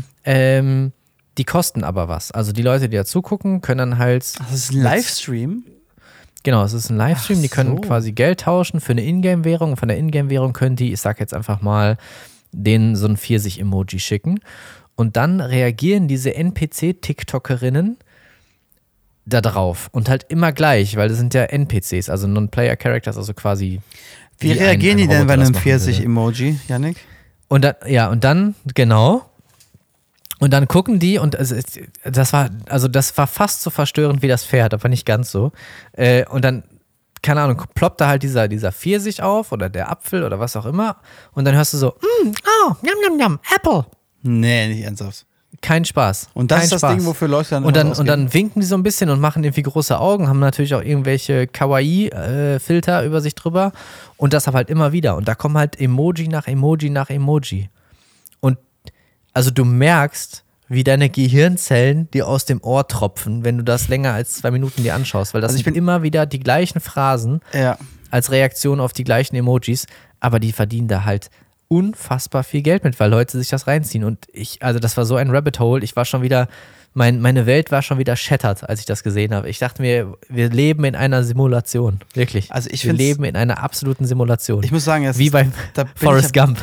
Die kosten aber was. Also die Leute, die da zugucken, können dann halt... Das ist ein Livestream? Genau, es ist ein Livestream. Die können quasi Geld tauschen für eine Ingame-Währung. Von der Ingame-Währung können die, ich sag jetzt einfach mal, denen so ein Pfirsich-Emoji schicken. Und dann reagieren diese NPC-TikTokerinnen da drauf. Und halt immer gleich, weil das sind ja NPCs, also Non-Player-Characters, also quasi... Wie reagieren die denn bei einem Pfirsich-Emoji, Yannick? Und dann, genau. Und dann gucken die und das war fast so verstörend wie das Pferd, aber nicht ganz so. Und dann, keine Ahnung, ploppt da halt dieser Pfirsich auf oder der Apfel oder was auch immer. Und dann hörst du so, yum, Apple. Nee, nicht ernsthaft. Kein Spaß. Und das ist das Ding, wofür Leute dann und dann winken die so ein bisschen und machen irgendwie große Augen, haben natürlich auch irgendwelche Kawaii-Filter über sich drüber und das aber halt immer wieder. Und da kommen halt Emoji nach Emoji nach Emoji. Und also du merkst, wie deine Gehirnzellen dir aus dem Ohr tropfen, wenn du das länger als 2 Minuten dir anschaust, weil das sind immer wieder die gleichen Phrasen als Reaktion auf die gleichen Emojis, aber die verdienen da halt unfassbar viel Geld mit, weil Leute sich das reinziehen. Und das war so ein Rabbit Hole, ich war schon wieder, meine Welt war schon wieder shattered, als ich das gesehen habe. Ich dachte mir, wir leben in einer Simulation, wirklich. Also wir leben in einer absoluten Simulation. Ich muss sagen, wie bei Forrest Gump.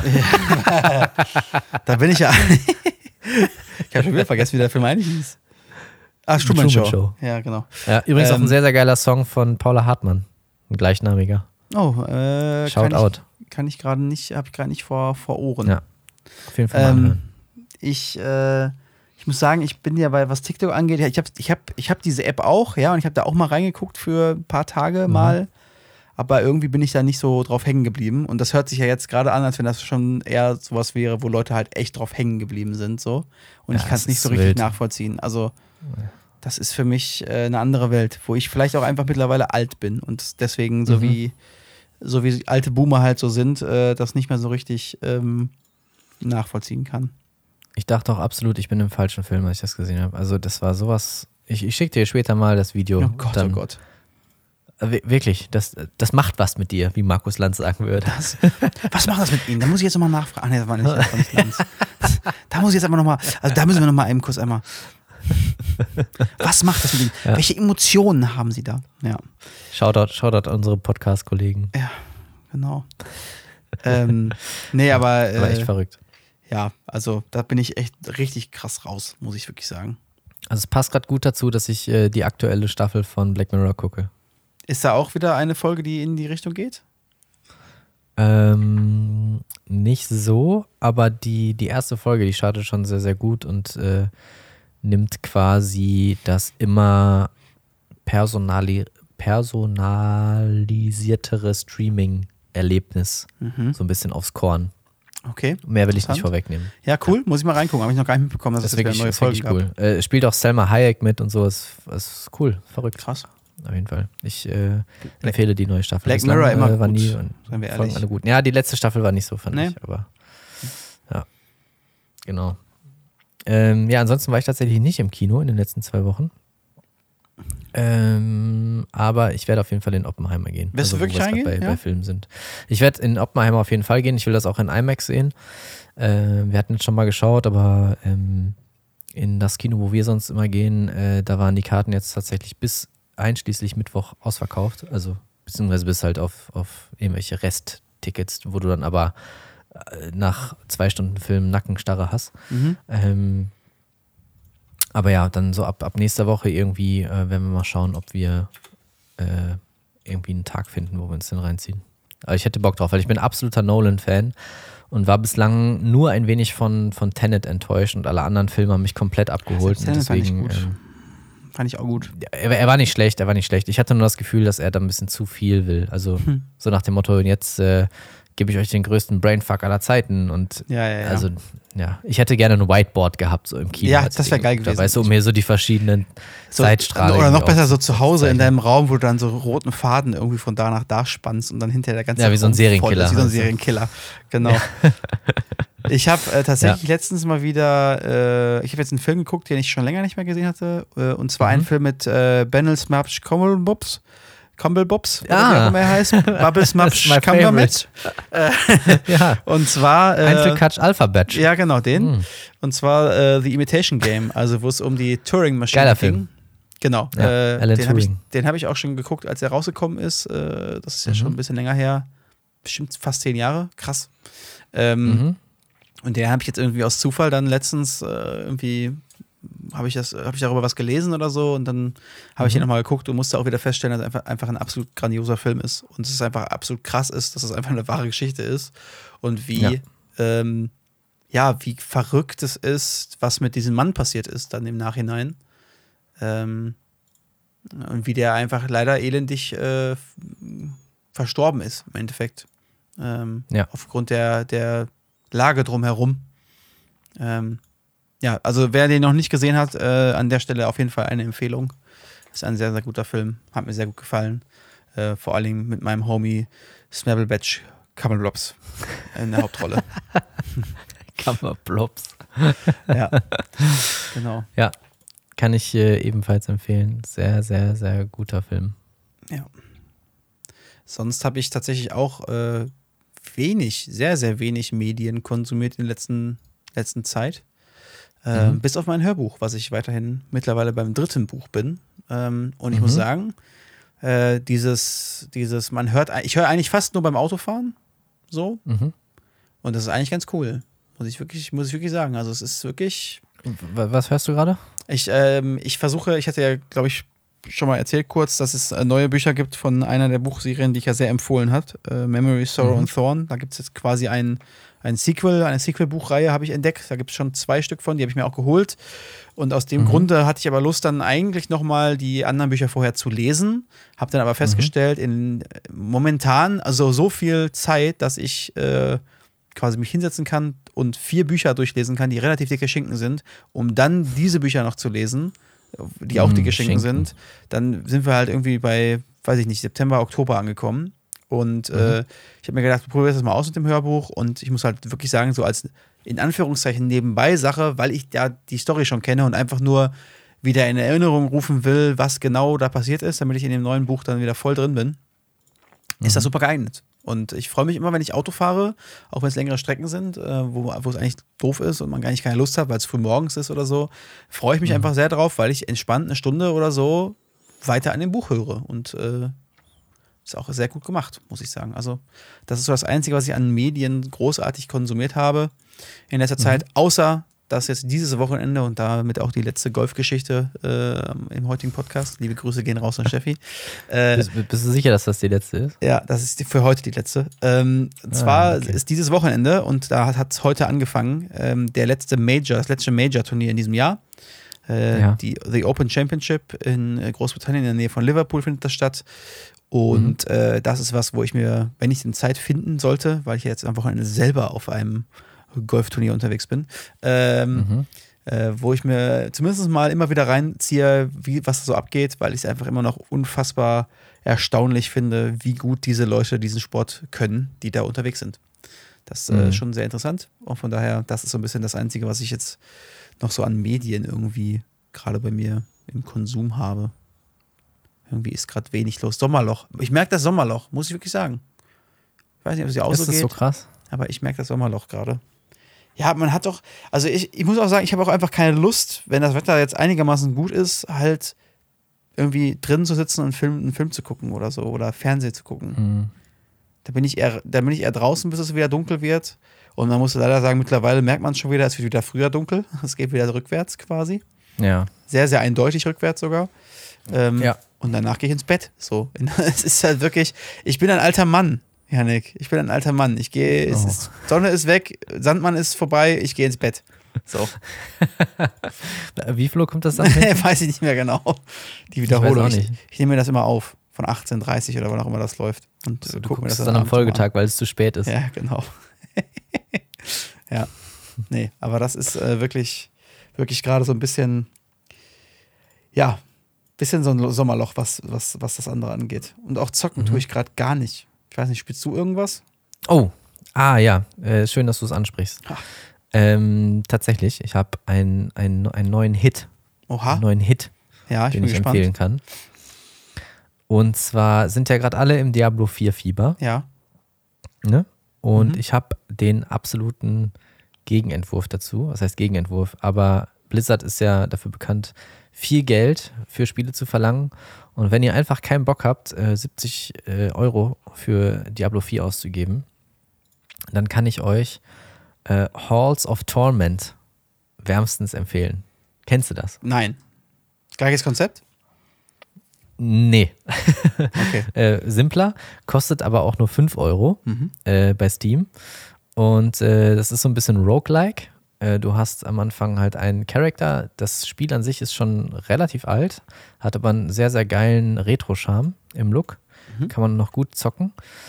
Da bin ich ja... Ich habe schon wieder vergessen, wie der Film eigentlich hieß. Truman Truman Show. Ja, genau. Ja, übrigens auch ein sehr, sehr geiler Song von Paula Hartmann. Ein gleichnamiger. Oh, Shout out. Kann ich gerade nicht, habe ich gerade nicht vor Ohren. Ja, auf jeden Fall mal anhören. Ich muss sagen, ich bin ja was TikTok angeht, ja, ich hab diese App auch, ja, und ich habe da auch mal reingeguckt für ein paar Tage mal, aber irgendwie bin ich da nicht so drauf hängen geblieben und das hört sich ja jetzt gerade an, als wenn das schon eher sowas wäre, wo Leute halt echt drauf hängen geblieben sind, so, und ich kann es nicht so richtig nachvollziehen, also das ist für mich eine andere Welt, wo ich vielleicht auch einfach mittlerweile alt bin und deswegen so wie alte Boomer halt so sind, das nicht mehr so richtig nachvollziehen kann. Ich dachte auch absolut, ich bin im falschen Film, als ich das gesehen habe. Also das war sowas, ich schicke dir später mal das Video. Oh Gott, oh Gott. Wirklich, das macht was mit dir, wie Markus Lanz sagen würde. Was macht das mit Ihnen? Da muss ich jetzt nochmal nachfragen. Nee, das war nicht Lanz. Da muss ich jetzt aber nochmal, also da müssen wir nochmal kurz einmal. Was macht das mit Ihnen? Ja. Welche Emotionen haben Sie da? Ja. Shoutout an unsere Podcast-Kollegen. Ja, genau. Nee, aber echt verrückt. Ja, also da bin ich echt richtig krass raus, muss ich wirklich sagen. Also es passt gerade gut dazu, dass ich die aktuelle Staffel von Black Mirror gucke. Ist da auch wieder eine Folge, die in die Richtung geht? Nicht so, aber die erste Folge, die startet schon sehr, sehr gut und nimmt quasi das immer personalisiertere Streaming-Erlebnis so ein bisschen aufs Korn. Okay. Mehr will ich nicht vorwegnehmen. Ja, cool. Ja. Muss ich mal reingucken. Habe ich noch gar nicht mitbekommen, dass es wieder neue Folgen gab. Cool. Spielt auch Selma Hayek mit und so. Ist cool. Verrückt. Krass. Auf jeden Fall. Ich empfehle die neue Staffel. Black Mirror immer war gut. Nie, Seien wir ehrlich. alle gut. Ja, die letzte Staffel war nicht so, fand ich. Aber ja, genau. Ja, ansonsten war ich tatsächlich nicht im Kino in den letzten 2 Wochen. Aber ich werde auf jeden Fall in Oppenheimer gehen. Wirst du wirklich reingehen? Bei Filmen sind. Ich werde in Oppenheimer auf jeden Fall gehen. Ich will das auch in IMAX sehen. Wir hatten jetzt schon mal geschaut, aber in das Kino, wo wir sonst immer gehen, da waren die Karten jetzt tatsächlich bis einschließlich Mittwoch ausverkauft. Also beziehungsweise bis halt auf irgendwelche Resttickets, wo du dann aber nach 2 Stunden Film Nackenstarre hast. Aber ja, dann so ab nächster Woche irgendwie werden wir mal schauen, ob wir irgendwie einen Tag finden, wo wir uns den reinziehen. Aber ich hätte Bock drauf, weil ich bin absoluter Nolan-Fan und war bislang nur ein wenig von Tenet enttäuscht und alle anderen Filme haben mich komplett abgeholt. Und deswegen, fand ich auch gut. Er war nicht schlecht, Ich hatte nur das Gefühl, dass er da ein bisschen zu viel will. Also so nach dem Motto, jetzt gebe ich euch den größten Brainfuck aller Zeiten. Und also, ja, ich hätte gerne ein Whiteboard gehabt, so im Kino. Ja, das wäre geil gewesen. Weißt du, um mir so die verschiedenen Zeitstrahlen. Oder noch besser so zu Hause in deinem Raum, wo du dann so roten Faden irgendwie von da nach da spannst und dann hinterher der ganze Raum wie so ein Serienkiller. Wie so ein Serienkiller, genau. Ja. Ich habe tatsächlich letztens mal wieder, ich habe jetzt einen Film geguckt, den ich schon länger nicht mehr gesehen hatte, und zwar einen Film mit Benel Smapsch Cumblebobs, wie auch immer er heißt, Bubble Smapsch Cumberbatch. Ja. Und zwar Einzelkatsch Alphabet. Ja, genau, den. Und zwar The Imitation Game, also wo es um die Turing-Maschine ging. Film. Genau. Ja, den hab ich auch schon geguckt, als er rausgekommen ist. Das ist ja schon ein bisschen länger her. Bestimmt fast 10 Jahre. Krass. Und den habe ich jetzt irgendwie aus Zufall dann letztens irgendwie habe ich darüber was gelesen oder so und dann habe ich ihn nochmal geguckt und musste auch wieder feststellen, dass es einfach ein absolut grandioser Film ist und es einfach absolut krass ist, dass es einfach eine wahre Geschichte ist und wie wie verrückt es ist, was mit diesem Mann passiert ist dann im Nachhinein und wie der einfach leider elendig verstorben ist im Endeffekt aufgrund der Lage drumherum. Also wer den noch nicht gesehen hat, an der Stelle auf jeden Fall eine Empfehlung. Ist ein sehr, sehr guter Film. Hat mir sehr gut gefallen. Vor allem mit meinem Homie Smabelbatch Cumberblobs in der Hauptrolle. Cumberblobs. Ja, genau. Ja, kann ich ebenfalls empfehlen. Sehr, sehr, sehr guter Film. Ja. Sonst habe ich tatsächlich auch sehr, sehr wenig Medien konsumiert in der letzten Zeit. Bis auf mein Hörbuch, was ich weiterhin mittlerweile beim 3. Buch bin. Und ich muss sagen, ich höre eigentlich fast nur beim Autofahren. So. Und das ist eigentlich ganz cool. Muss ich wirklich sagen. Also es ist wirklich. Was hörst du gerade? Ich versuche, ich hatte ja, glaube ich, schon mal erzählt kurz, dass es neue Bücher gibt von einer der Buchserien, die ich ja sehr empfohlen hat, Memory, Sorrow and Thorn. Da gibt es jetzt quasi eine Sequel-Buchreihe habe ich entdeckt. Da gibt es schon 2 Stück von, die habe ich mir auch geholt. Und aus dem Grunde hatte ich aber Lust, dann eigentlich nochmal die anderen Bücher vorher zu lesen. Habe dann aber festgestellt, momentan, also so viel Zeit, dass ich quasi mich hinsetzen kann und 4 Bücher durchlesen kann, die relativ dicke Schinken sind, um dann diese Bücher noch zu lesen, die auch dicke Schinken sind. Dann sind wir halt irgendwie bei, weiß ich nicht, September, Oktober angekommen. Und ich habe mir gedacht, probier das mal aus mit dem Hörbuch. Und ich muss halt wirklich sagen, so als in Anführungszeichen nebenbei Sache, weil ich ja die Story schon kenne und einfach nur wieder in Erinnerung rufen will, was genau da passiert ist, damit ich in dem neuen Buch dann wieder voll drin bin, ist das super geeignet. Und ich freue mich immer, wenn ich Auto fahre, auch wenn es längere Strecken sind, wo es eigentlich doof ist und man gar nicht keine Lust hat, weil es früh morgens ist oder so, freue ich mich einfach sehr drauf, weil ich entspannt eine Stunde oder so weiter an dem Buch höre. Und ist auch sehr gut gemacht, muss ich sagen. Also das ist so das Einzige, was ich an Medien großartig konsumiert habe in letzter Zeit, außer dass jetzt dieses Wochenende und damit auch die letzte Golfgeschichte im heutigen Podcast. Liebe Grüße gehen raus an Steffi. Bist du sicher, dass das die letzte ist? Ja, das ist für heute die letzte. Zwar ist dieses Wochenende, und da hat es heute angefangen, das letzte Major-Turnier in diesem Jahr. Die The Open Championship in Großbritannien in der Nähe von Liverpool findet das statt. Und das ist was, wo ich mir, wenn ich denn Zeit finden sollte, weil ich jetzt am Wochenende selber auf einem Golfturnier unterwegs bin, wo ich mir zumindest mal immer wieder reinziehe, was so abgeht, weil ich es einfach immer noch unfassbar erstaunlich finde, wie gut diese Leute diesen Sport können, die da unterwegs sind. Das ist schon sehr interessant. Und von daher, das ist so ein bisschen das Einzige, was ich jetzt noch so an Medien irgendwie gerade bei mir im Konsum habe. Irgendwie ist gerade wenig los. Sommerloch. Ich merke das Sommerloch, muss ich wirklich sagen. Ich weiß nicht, ob es dir auch so geht. Ist das so krass? Aber ich merke das Sommerloch gerade. Ja, man hat doch, also ich muss auch sagen, ich habe auch einfach keine Lust, wenn das Wetter jetzt einigermaßen gut ist, halt irgendwie drin zu sitzen und einen Film zu gucken oder so oder Fernsehen zu gucken. Da bin ich eher draußen, bis es wieder dunkel wird. Und man muss leider sagen, mittlerweile merkt man es schon wieder, es wird wieder früher dunkel. Es geht wieder rückwärts quasi. Ja. Sehr, sehr eindeutig rückwärts sogar. Und danach gehe ich ins Bett. So. Es ist halt wirklich, ich bin ein alter Mann, Jannik. Ich bin ein alter Mann. Sonne ist weg, Sandmann ist vorbei, ich gehe ins Bett. So. Wie viel Uhr kommt das dann hin? Weiß ich nicht mehr genau. Die Wiederholung. Ich weiß auch nicht. Ich nehme mir das immer auf. Von 18:30 oder wann auch immer das läuft. Und du guckst mir das dann am Folgetag, weil es zu spät ist. Ja, genau. Ja. Nee, aber das ist wirklich gerade so ein bisschen, ja, bisschen so ein Sommerloch, was das andere angeht. Und auch zocken tue ich gerade gar nicht. Ich weiß nicht, spielst du irgendwas? Oh, ja. Schön, dass du es ansprichst. Tatsächlich, ich habe einen neuen Hit. Oha. Einen neuen Hit, ja, den ich empfehlen kann. Und zwar sind ja gerade alle im Diablo 4 Fieber. Ja. Ne? Und ich habe den absoluten Gegenentwurf dazu. Was heißt Gegenentwurf? Aber Blizzard ist ja dafür bekannt, viel Geld für Spiele zu verlangen. Und wenn ihr einfach keinen Bock habt, 70 € für Diablo 4 auszugeben, dann kann ich euch Halls of Torment wärmstens empfehlen. Kennst du das? Nein. Gleiches Konzept? Nee. Okay. Simpler, kostet aber auch nur 5 € bei Steam. Und das ist so ein bisschen roguelike. Du hast am Anfang halt einen Charakter. Das Spiel an sich ist schon relativ alt, hat aber einen sehr, sehr geilen Retro-Charme im Look. Kann man noch gut zocken.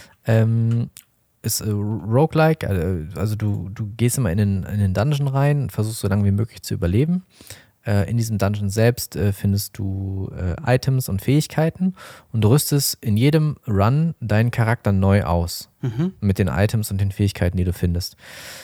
Ist roguelike, also du gehst immer in den Dungeon rein und versuchst so lange wie möglich zu überleben. In diesem Dungeon selbst findest du Items und Fähigkeiten und du rüstest in jedem Run deinen Charakter neu aus mit den Items und den Fähigkeiten, die du findest.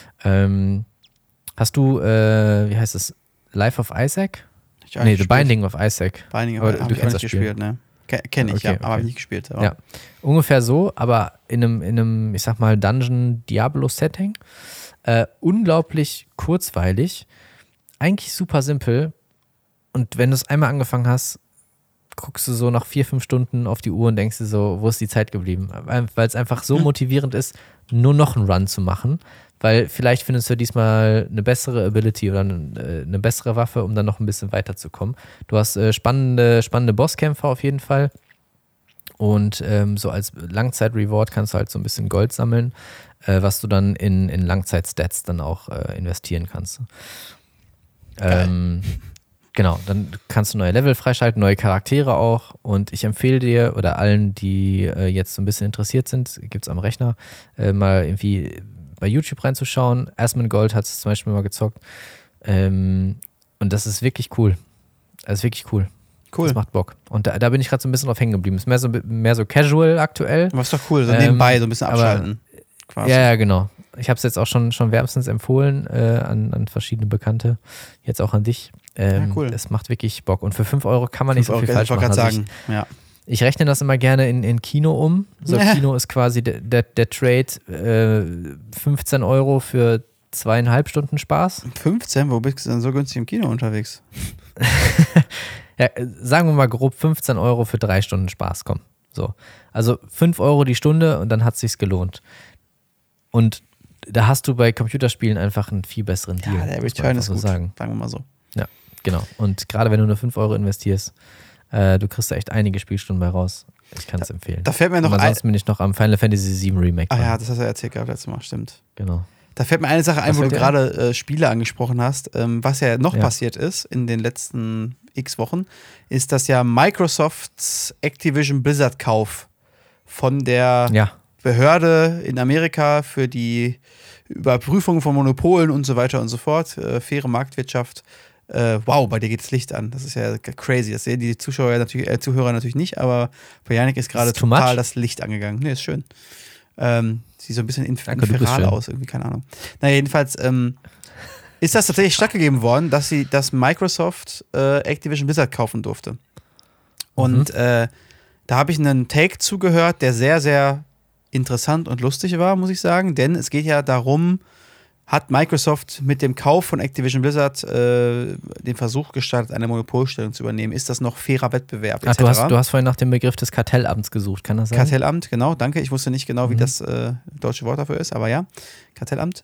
Hast du, wie heißt es, Life of Isaac? The Binding of Isaac. Binding of Isaac, habe ich auch nicht gespielt, ne? Kenne ich, okay, aber habe ich nicht gespielt. Aber. Ja, ungefähr so, aber in einem, ich sag mal, Dungeon-Diablo-Setting. Unglaublich kurzweilig. Eigentlich super simpel. Und wenn du es einmal angefangen hast, guckst du so nach 4-5 Stunden auf die Uhr und denkst dir so, wo ist die Zeit geblieben? Weil es einfach so motivierend ist, nur noch einen Run zu machen, weil vielleicht findest du diesmal eine bessere Ability oder eine bessere Waffe, um dann noch ein bisschen weiterzukommen. Du hast spannende Bosskämpfer auf jeden Fall. Und so als Langzeit-Reward kannst du halt so ein bisschen Gold sammeln, was du dann in Langzeit-Stats dann auch investieren kannst. Genau, dann kannst du neue Level freischalten, neue Charaktere auch. Und ich empfehle dir oder allen, die jetzt so ein bisschen interessiert sind, gibt es am Rechner, mal irgendwie bei YouTube reinzuschauen. Asmongold hat es zum Beispiel mal gezockt. Und das ist wirklich cool. Das ist wirklich cool. Cool. Das macht Bock. Und da bin ich gerade so ein bisschen drauf hängen geblieben. Ist mehr so casual aktuell. Aber ist doch cool, so nebenbei so ein bisschen abschalten. Quasi. Ja, genau. Ich habe es jetzt auch schon wärmstens empfohlen an verschiedene Bekannte. Jetzt auch an dich. Cool. Es macht wirklich Bock. Und für 5 Euro kann man nicht so viel falsch machen. Ich wollte gerade sagen, ja. Ich rechne das immer gerne in Kino um. So Kino ist quasi der Trade 15 Euro für 2,5 Stunden Spaß. 15? Wo bist du denn so günstig im Kino unterwegs? Ja, sagen wir mal grob 15 Euro für 3 Stunden Spaß, komm. So. Also 5 Euro die Stunde und dann hat es sich gelohnt. Und da hast du bei Computerspielen einfach einen viel besseren Deal. Ja, der Return ist so gut, sagen wir mal so. Ja, genau. Und gerade wenn du nur 5 Euro investierst, du kriegst da echt einige Spielstunden bei raus. Ich kann es empfehlen. Da fällt mir noch ansonsten bin ich noch am Final Fantasy VII Remake. Ah ja, das hast du ja erzählt gehabt letztes Mal, stimmt. Genau. Da fällt mir eine Sache ein, wo du gerade Spiele angesprochen hast. Was ja noch passiert ist in den letzten x Wochen, ist, dass ja Microsofts Activision Blizzard Kauf von der Behörde in Amerika für die Überprüfung von Monopolen und so weiter und so fort, faire Marktwirtschaft. Wow, bei dir geht das Licht an. Das ist ja crazy. Das sehen die Zuhörer natürlich nicht, aber bei Yannick ist gerade total das Licht angegangen. Nee, ist schön. Sieht so ein bisschen inferal aus, irgendwie, keine Ahnung. Naja, jedenfalls ist das tatsächlich stattgegeben worden, dass Microsoft Activision Blizzard kaufen durfte. Und da habe ich einen Take zugehört, der sehr, sehr interessant und lustig war, muss ich sagen. Denn es geht ja darum, hat Microsoft mit dem Kauf von Activision Blizzard den Versuch gestartet, eine Monopolstellung zu übernehmen. Ist das noch fairer Wettbewerb? Ach, du hast vorhin nach dem Begriff des Kartellamts gesucht, kann das sein? Kartellamt, genau, danke. Ich wusste nicht genau, wie das deutsche Wort dafür ist, aber ja, Kartellamt.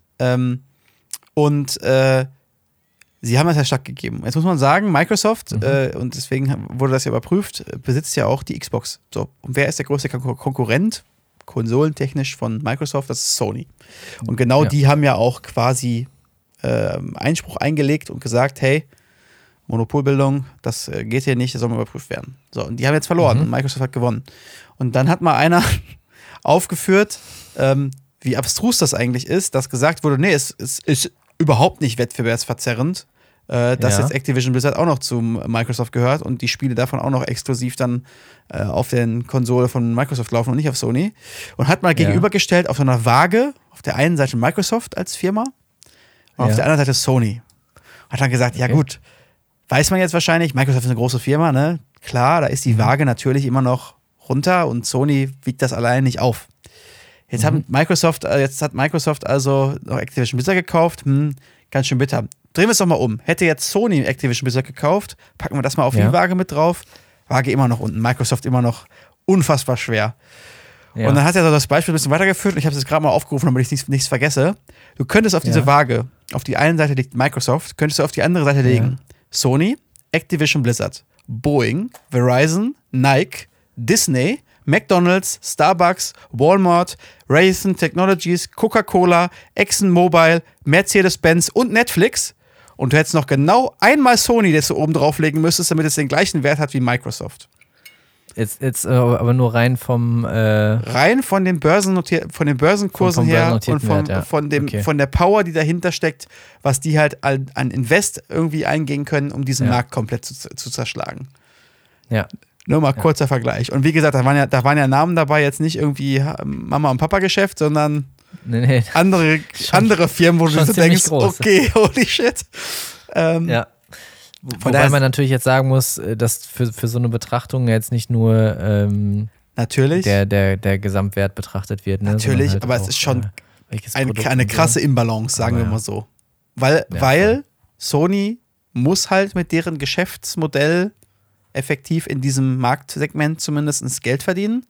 Sie haben das ja stattgegeben. Jetzt muss man sagen, Microsoft, und deswegen wurde das ja überprüft, besitzt ja auch die Xbox. So, und wer ist der größte Konkurrent? Konsolentechnisch von Microsoft, das ist Sony. Und genau die haben ja auch quasi Einspruch eingelegt und gesagt, hey, Monopolbildung, das geht hier nicht, das soll mal überprüft werden. So, und die haben jetzt verloren und Microsoft hat gewonnen. Und dann hat mal einer aufgeführt, wie abstrus das eigentlich ist, dass gesagt wurde, nee, es ist überhaupt nicht wettbewerbsverzerrend, dass jetzt Activision Blizzard auch noch zu Microsoft gehört und die Spiele davon auch noch exklusiv dann auf den Konsole von Microsoft laufen und nicht auf Sony. Und hat mal gegenübergestellt auf so einer Waage, auf der einen Seite Microsoft als Firma und auf der anderen Seite Sony. Hat dann gesagt, ja gut, weiß man jetzt wahrscheinlich, Microsoft ist eine große Firma, ne? Klar, da ist die Waage natürlich immer noch runter und Sony wiegt das allein nicht auf. Jetzt hat Microsoft also noch Activision Blizzard gekauft, ganz schön bitter. Drehen wir es doch mal um. Hätte jetzt Sony Activision Blizzard gekauft, packen wir das mal auf die Waage mit drauf. Waage immer noch unten. Microsoft immer noch unfassbar schwer. Ja. Und dann hat er das Beispiel ein bisschen weitergeführt und ich habe es jetzt gerade mal aufgerufen, damit ich nichts vergesse. Du könntest auf diese Waage, auf die einen Seite liegt Microsoft, könntest du auf die andere Seite legen Sony, Activision Blizzard, Boeing, Verizon, Nike, Disney, McDonald's, Starbucks, Walmart, Raytheon Technologies, Coca-Cola, ExxonMobil, Mercedes-Benz und Netflix. Und du hättest noch genau einmal Sony, das du oben drauflegen müsstest, damit es den gleichen Wert hat wie Microsoft. Jetzt aber nur rein vom rein von den Börsenkursen her und von der Power, die dahinter steckt, was die halt an Invest irgendwie eingehen können, um diesen Markt komplett zu zerschlagen. Ja. Nur mal kurzer Vergleich. Und wie gesagt, da waren ja Namen dabei, jetzt nicht irgendwie Mama- und Papa-Geschäft, sondern andere Firmen, wo du so denkst, groß. Okay, holy shit. Wobei man natürlich jetzt sagen muss, dass für so eine Betrachtung jetzt nicht nur natürlich der Gesamtwert betrachtet wird. Ne? Natürlich, halt aber es ist schon eine krasse Imbalance, sagen wir mal so. Weil Sony muss halt mit deren Geschäftsmodell effektiv in diesem Marktsegment zumindest Geld verdienen.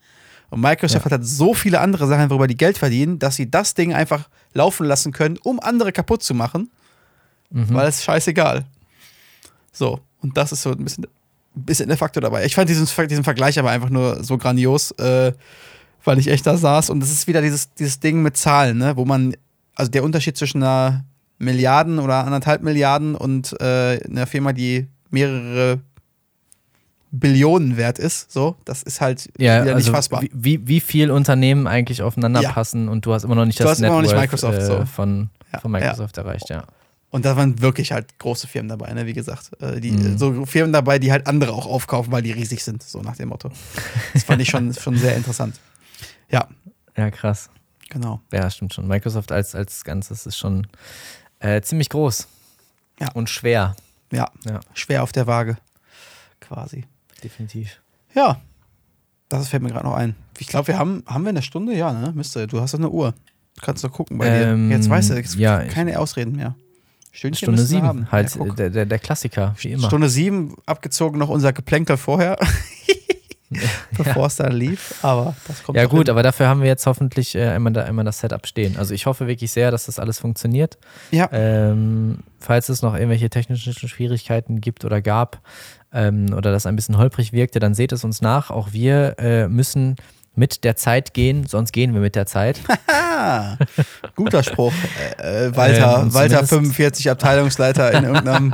Und Microsoft hat halt so viele andere Sachen, worüber die Geld verdienen, dass sie das Ding einfach laufen lassen können, um andere kaputt zu machen, weil es scheißegal. So, und das ist so ein bisschen der Faktor dabei. Ich fand diesen Vergleich aber einfach nur so grandios, weil ich echt da saß und es ist wieder dieses Ding mit Zahlen, ne, wo man, also der Unterschied zwischen einer Milliarden oder 1,5 Milliarden und einer Firma, die mehrere Billionen wert ist, so, das ist halt wieder nicht fassbar. Wie viel Unternehmen eigentlich aufeinander passen und du hast immer noch nicht das Network Microsoft, so. von Microsoft erreicht, ja. Und da waren wirklich halt große Firmen dabei, ne, wie gesagt. So Firmen dabei, die halt andere auch aufkaufen, weil die riesig sind, so nach dem Motto. Das fand ich schon sehr interessant. Ja. Ja, krass. Genau. Ja, stimmt schon. Microsoft als Ganzes ist schon ziemlich groß. Ja. Und schwer. Ja, schwer auf der Waage. Quasi. Definitiv. Ja. Das fällt mir gerade noch ein. Ich glaube, haben wir eine Stunde? Ja, ne? Müsste. Du hast doch eine Uhr. Du kannst doch gucken bei dir. Jetzt weißt du, keine Ausreden mehr. Stunde 7, halt der Klassiker, wie immer. Stunde 7, abgezogen noch unser Geplänkel vorher. Bevor es dann lief, aber das kommt. Ja gut, hin. Aber dafür haben wir jetzt hoffentlich einmal das Setup stehen. Also ich hoffe wirklich sehr, dass das alles funktioniert. Ja. Falls es noch irgendwelche technischen Schwierigkeiten gibt oder gab oder das ein bisschen holprig wirkte, dann seht es uns nach. Auch wir müssen mit der Zeit gehen, sonst gehen wir mit der Zeit. Guter Spruch. Walter 45, Abteilungsleiter in irgendeinem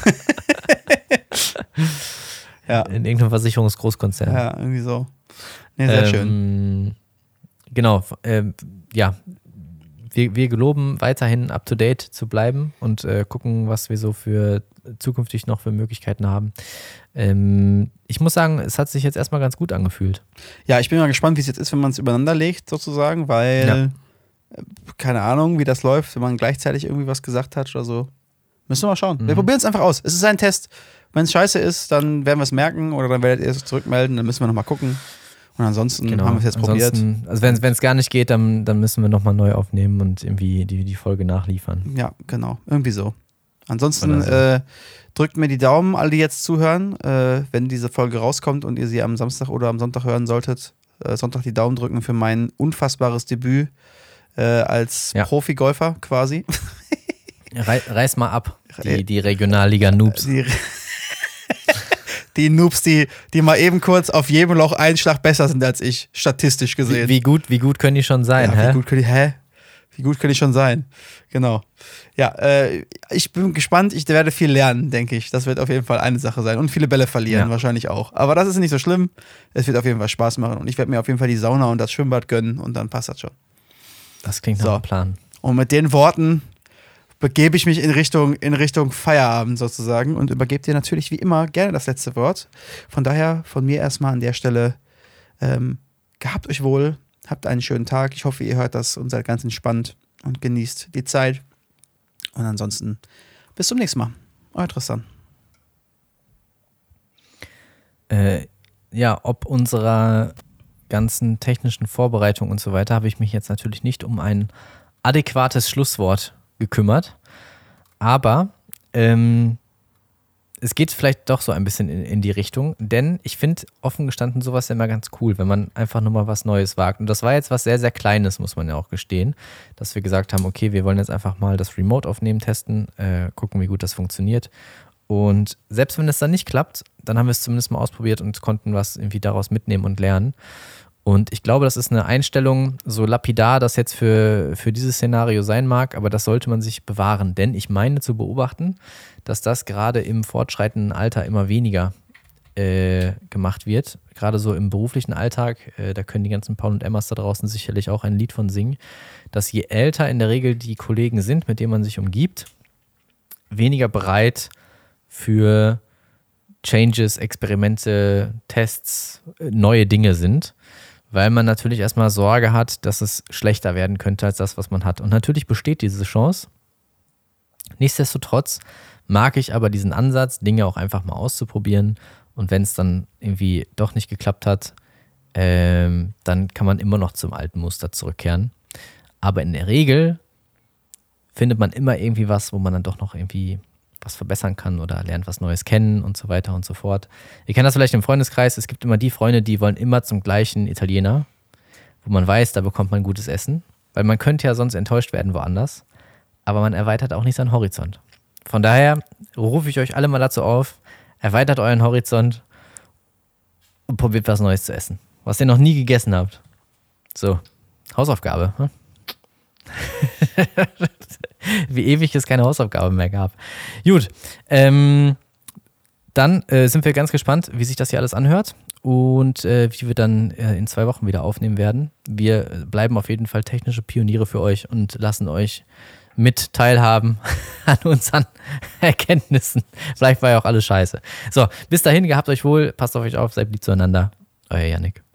in irgendeinem Versicherungsgroßkonzern. Ja, irgendwie so. Nee, sehr schön. Genau. Wir geloben, weiterhin up-to-date zu bleiben und gucken, was wir so für zukünftig noch für Möglichkeiten haben. Ich muss sagen, es hat sich jetzt erstmal ganz gut angefühlt. Ja, ich bin mal gespannt, wie es jetzt ist, wenn man es übereinander legt, sozusagen, weil keine Ahnung, wie das läuft, wenn man gleichzeitig irgendwie was gesagt hat oder so. Müssen wir mal schauen. Wir probieren es einfach aus. Es ist ein Test. Wenn es scheiße ist, dann werden wir es merken oder dann werdet ihr es zurückmelden, dann müssen wir nochmal gucken. Und ansonsten haben wir es jetzt probiert. Also wenn es gar nicht geht, dann müssen wir nochmal neu aufnehmen und irgendwie die Folge nachliefern. Ja, genau. Irgendwie so. Ansonsten drückt mir die Daumen, alle, die jetzt zuhören. Wenn diese Folge rauskommt und ihr sie am Samstag oder am Sonntag hören solltet, Sonntag die Daumen drücken für mein unfassbares Debüt als Profi-Golfer quasi. Reiß mal ab, die Regionalliga-Noobs. Die Noobs, die mal eben kurz auf jedem Loch einen Schlag besser sind als ich, statistisch gesehen. Wie gut können die schon sein, Wie gut können die schon sein? Genau. Ja, ich bin gespannt, ich werde viel lernen, denke ich. Das wird auf jeden Fall eine Sache sein. Und viele Bälle verlieren, wahrscheinlich auch. Aber das ist nicht so schlimm. Es wird auf jeden Fall Spaß machen. Und ich werde mir auf jeden Fall die Sauna und das Schwimmbad gönnen und dann passt das schon. Das klingt nach einem Plan. Und mit den Worten begebe ich mich in Richtung Feierabend sozusagen und übergebe dir natürlich wie immer gerne das letzte Wort. Von daher von mir erstmal an der Stelle gehabt euch wohl, habt einen schönen Tag. Ich hoffe, ihr hört das und seid ganz entspannt und genießt die Zeit. Und ansonsten bis zum nächsten Mal. Euer Tristan. Ob unserer ganzen technischen Vorbereitung und so weiter habe ich mich jetzt natürlich nicht um ein adäquates Schlusswort gekümmert, aber es geht vielleicht doch so ein bisschen in die Richtung, denn ich finde offen gestanden sowas ja immer ganz cool, wenn man einfach nur mal was Neues wagt. Und das war jetzt was sehr, sehr Kleines, muss man ja auch gestehen, dass wir gesagt haben, okay, wir wollen jetzt einfach mal das Remote-Aufnehmen testen, gucken, wie gut das funktioniert. Und selbst wenn es dann nicht klappt, dann haben wir es zumindest mal ausprobiert und konnten was irgendwie daraus mitnehmen und lernen. Und ich glaube, das ist eine Einstellung, so lapidar das jetzt für dieses Szenario sein mag, aber das sollte man sich bewahren. Denn ich meine zu beobachten, dass das gerade im fortschreitenden Alter immer weniger gemacht wird. Gerade so im beruflichen Alltag, da können die ganzen Paul und Emmas da draußen sicherlich auch ein Lied von singen, dass je älter in der Regel die Kollegen sind, mit denen man sich umgibt, weniger bereit für Changes, Experimente, Tests, neue Dinge sind. Weil man natürlich erstmal Sorge hat, dass es schlechter werden könnte als das, was man hat. Und natürlich besteht diese Chance. Nichtsdestotrotz mag ich aber diesen Ansatz, Dinge auch einfach mal auszuprobieren. Und wenn es dann irgendwie doch nicht geklappt hat, dann kann man immer noch zum alten Muster zurückkehren. Aber in der Regel findet man immer irgendwie was, wo man dann doch noch irgendwie was verbessern kann oder lernt was Neues kennen und so weiter und so fort. Ihr kennt das vielleicht im Freundeskreis, es gibt immer die Freunde, die wollen immer zum gleichen Italiener wo man weiß, da bekommt man gutes Essen, weil man könnte ja sonst enttäuscht werden woanders, aber man erweitert auch nicht seinen Horizont. Von daher rufe ich euch alle mal dazu auf, erweitert euren Horizont und probiert was Neues zu essen, was ihr noch nie gegessen habt. So, Hausaufgabe. Hm? Wie ewig es keine Hausaufgabe mehr gab. Gut, dann sind wir ganz gespannt, wie sich das hier alles anhört und wie wir dann in 2 Wochen wieder aufnehmen werden. Wir bleiben auf jeden Fall technische Pioniere für euch und lassen euch mit teilhaben an unseren Erkenntnissen. Vielleicht war ja auch alles scheiße. So, bis dahin, gehabt euch wohl, passt auf euch auf, seid lieb zueinander. Euer Yannick.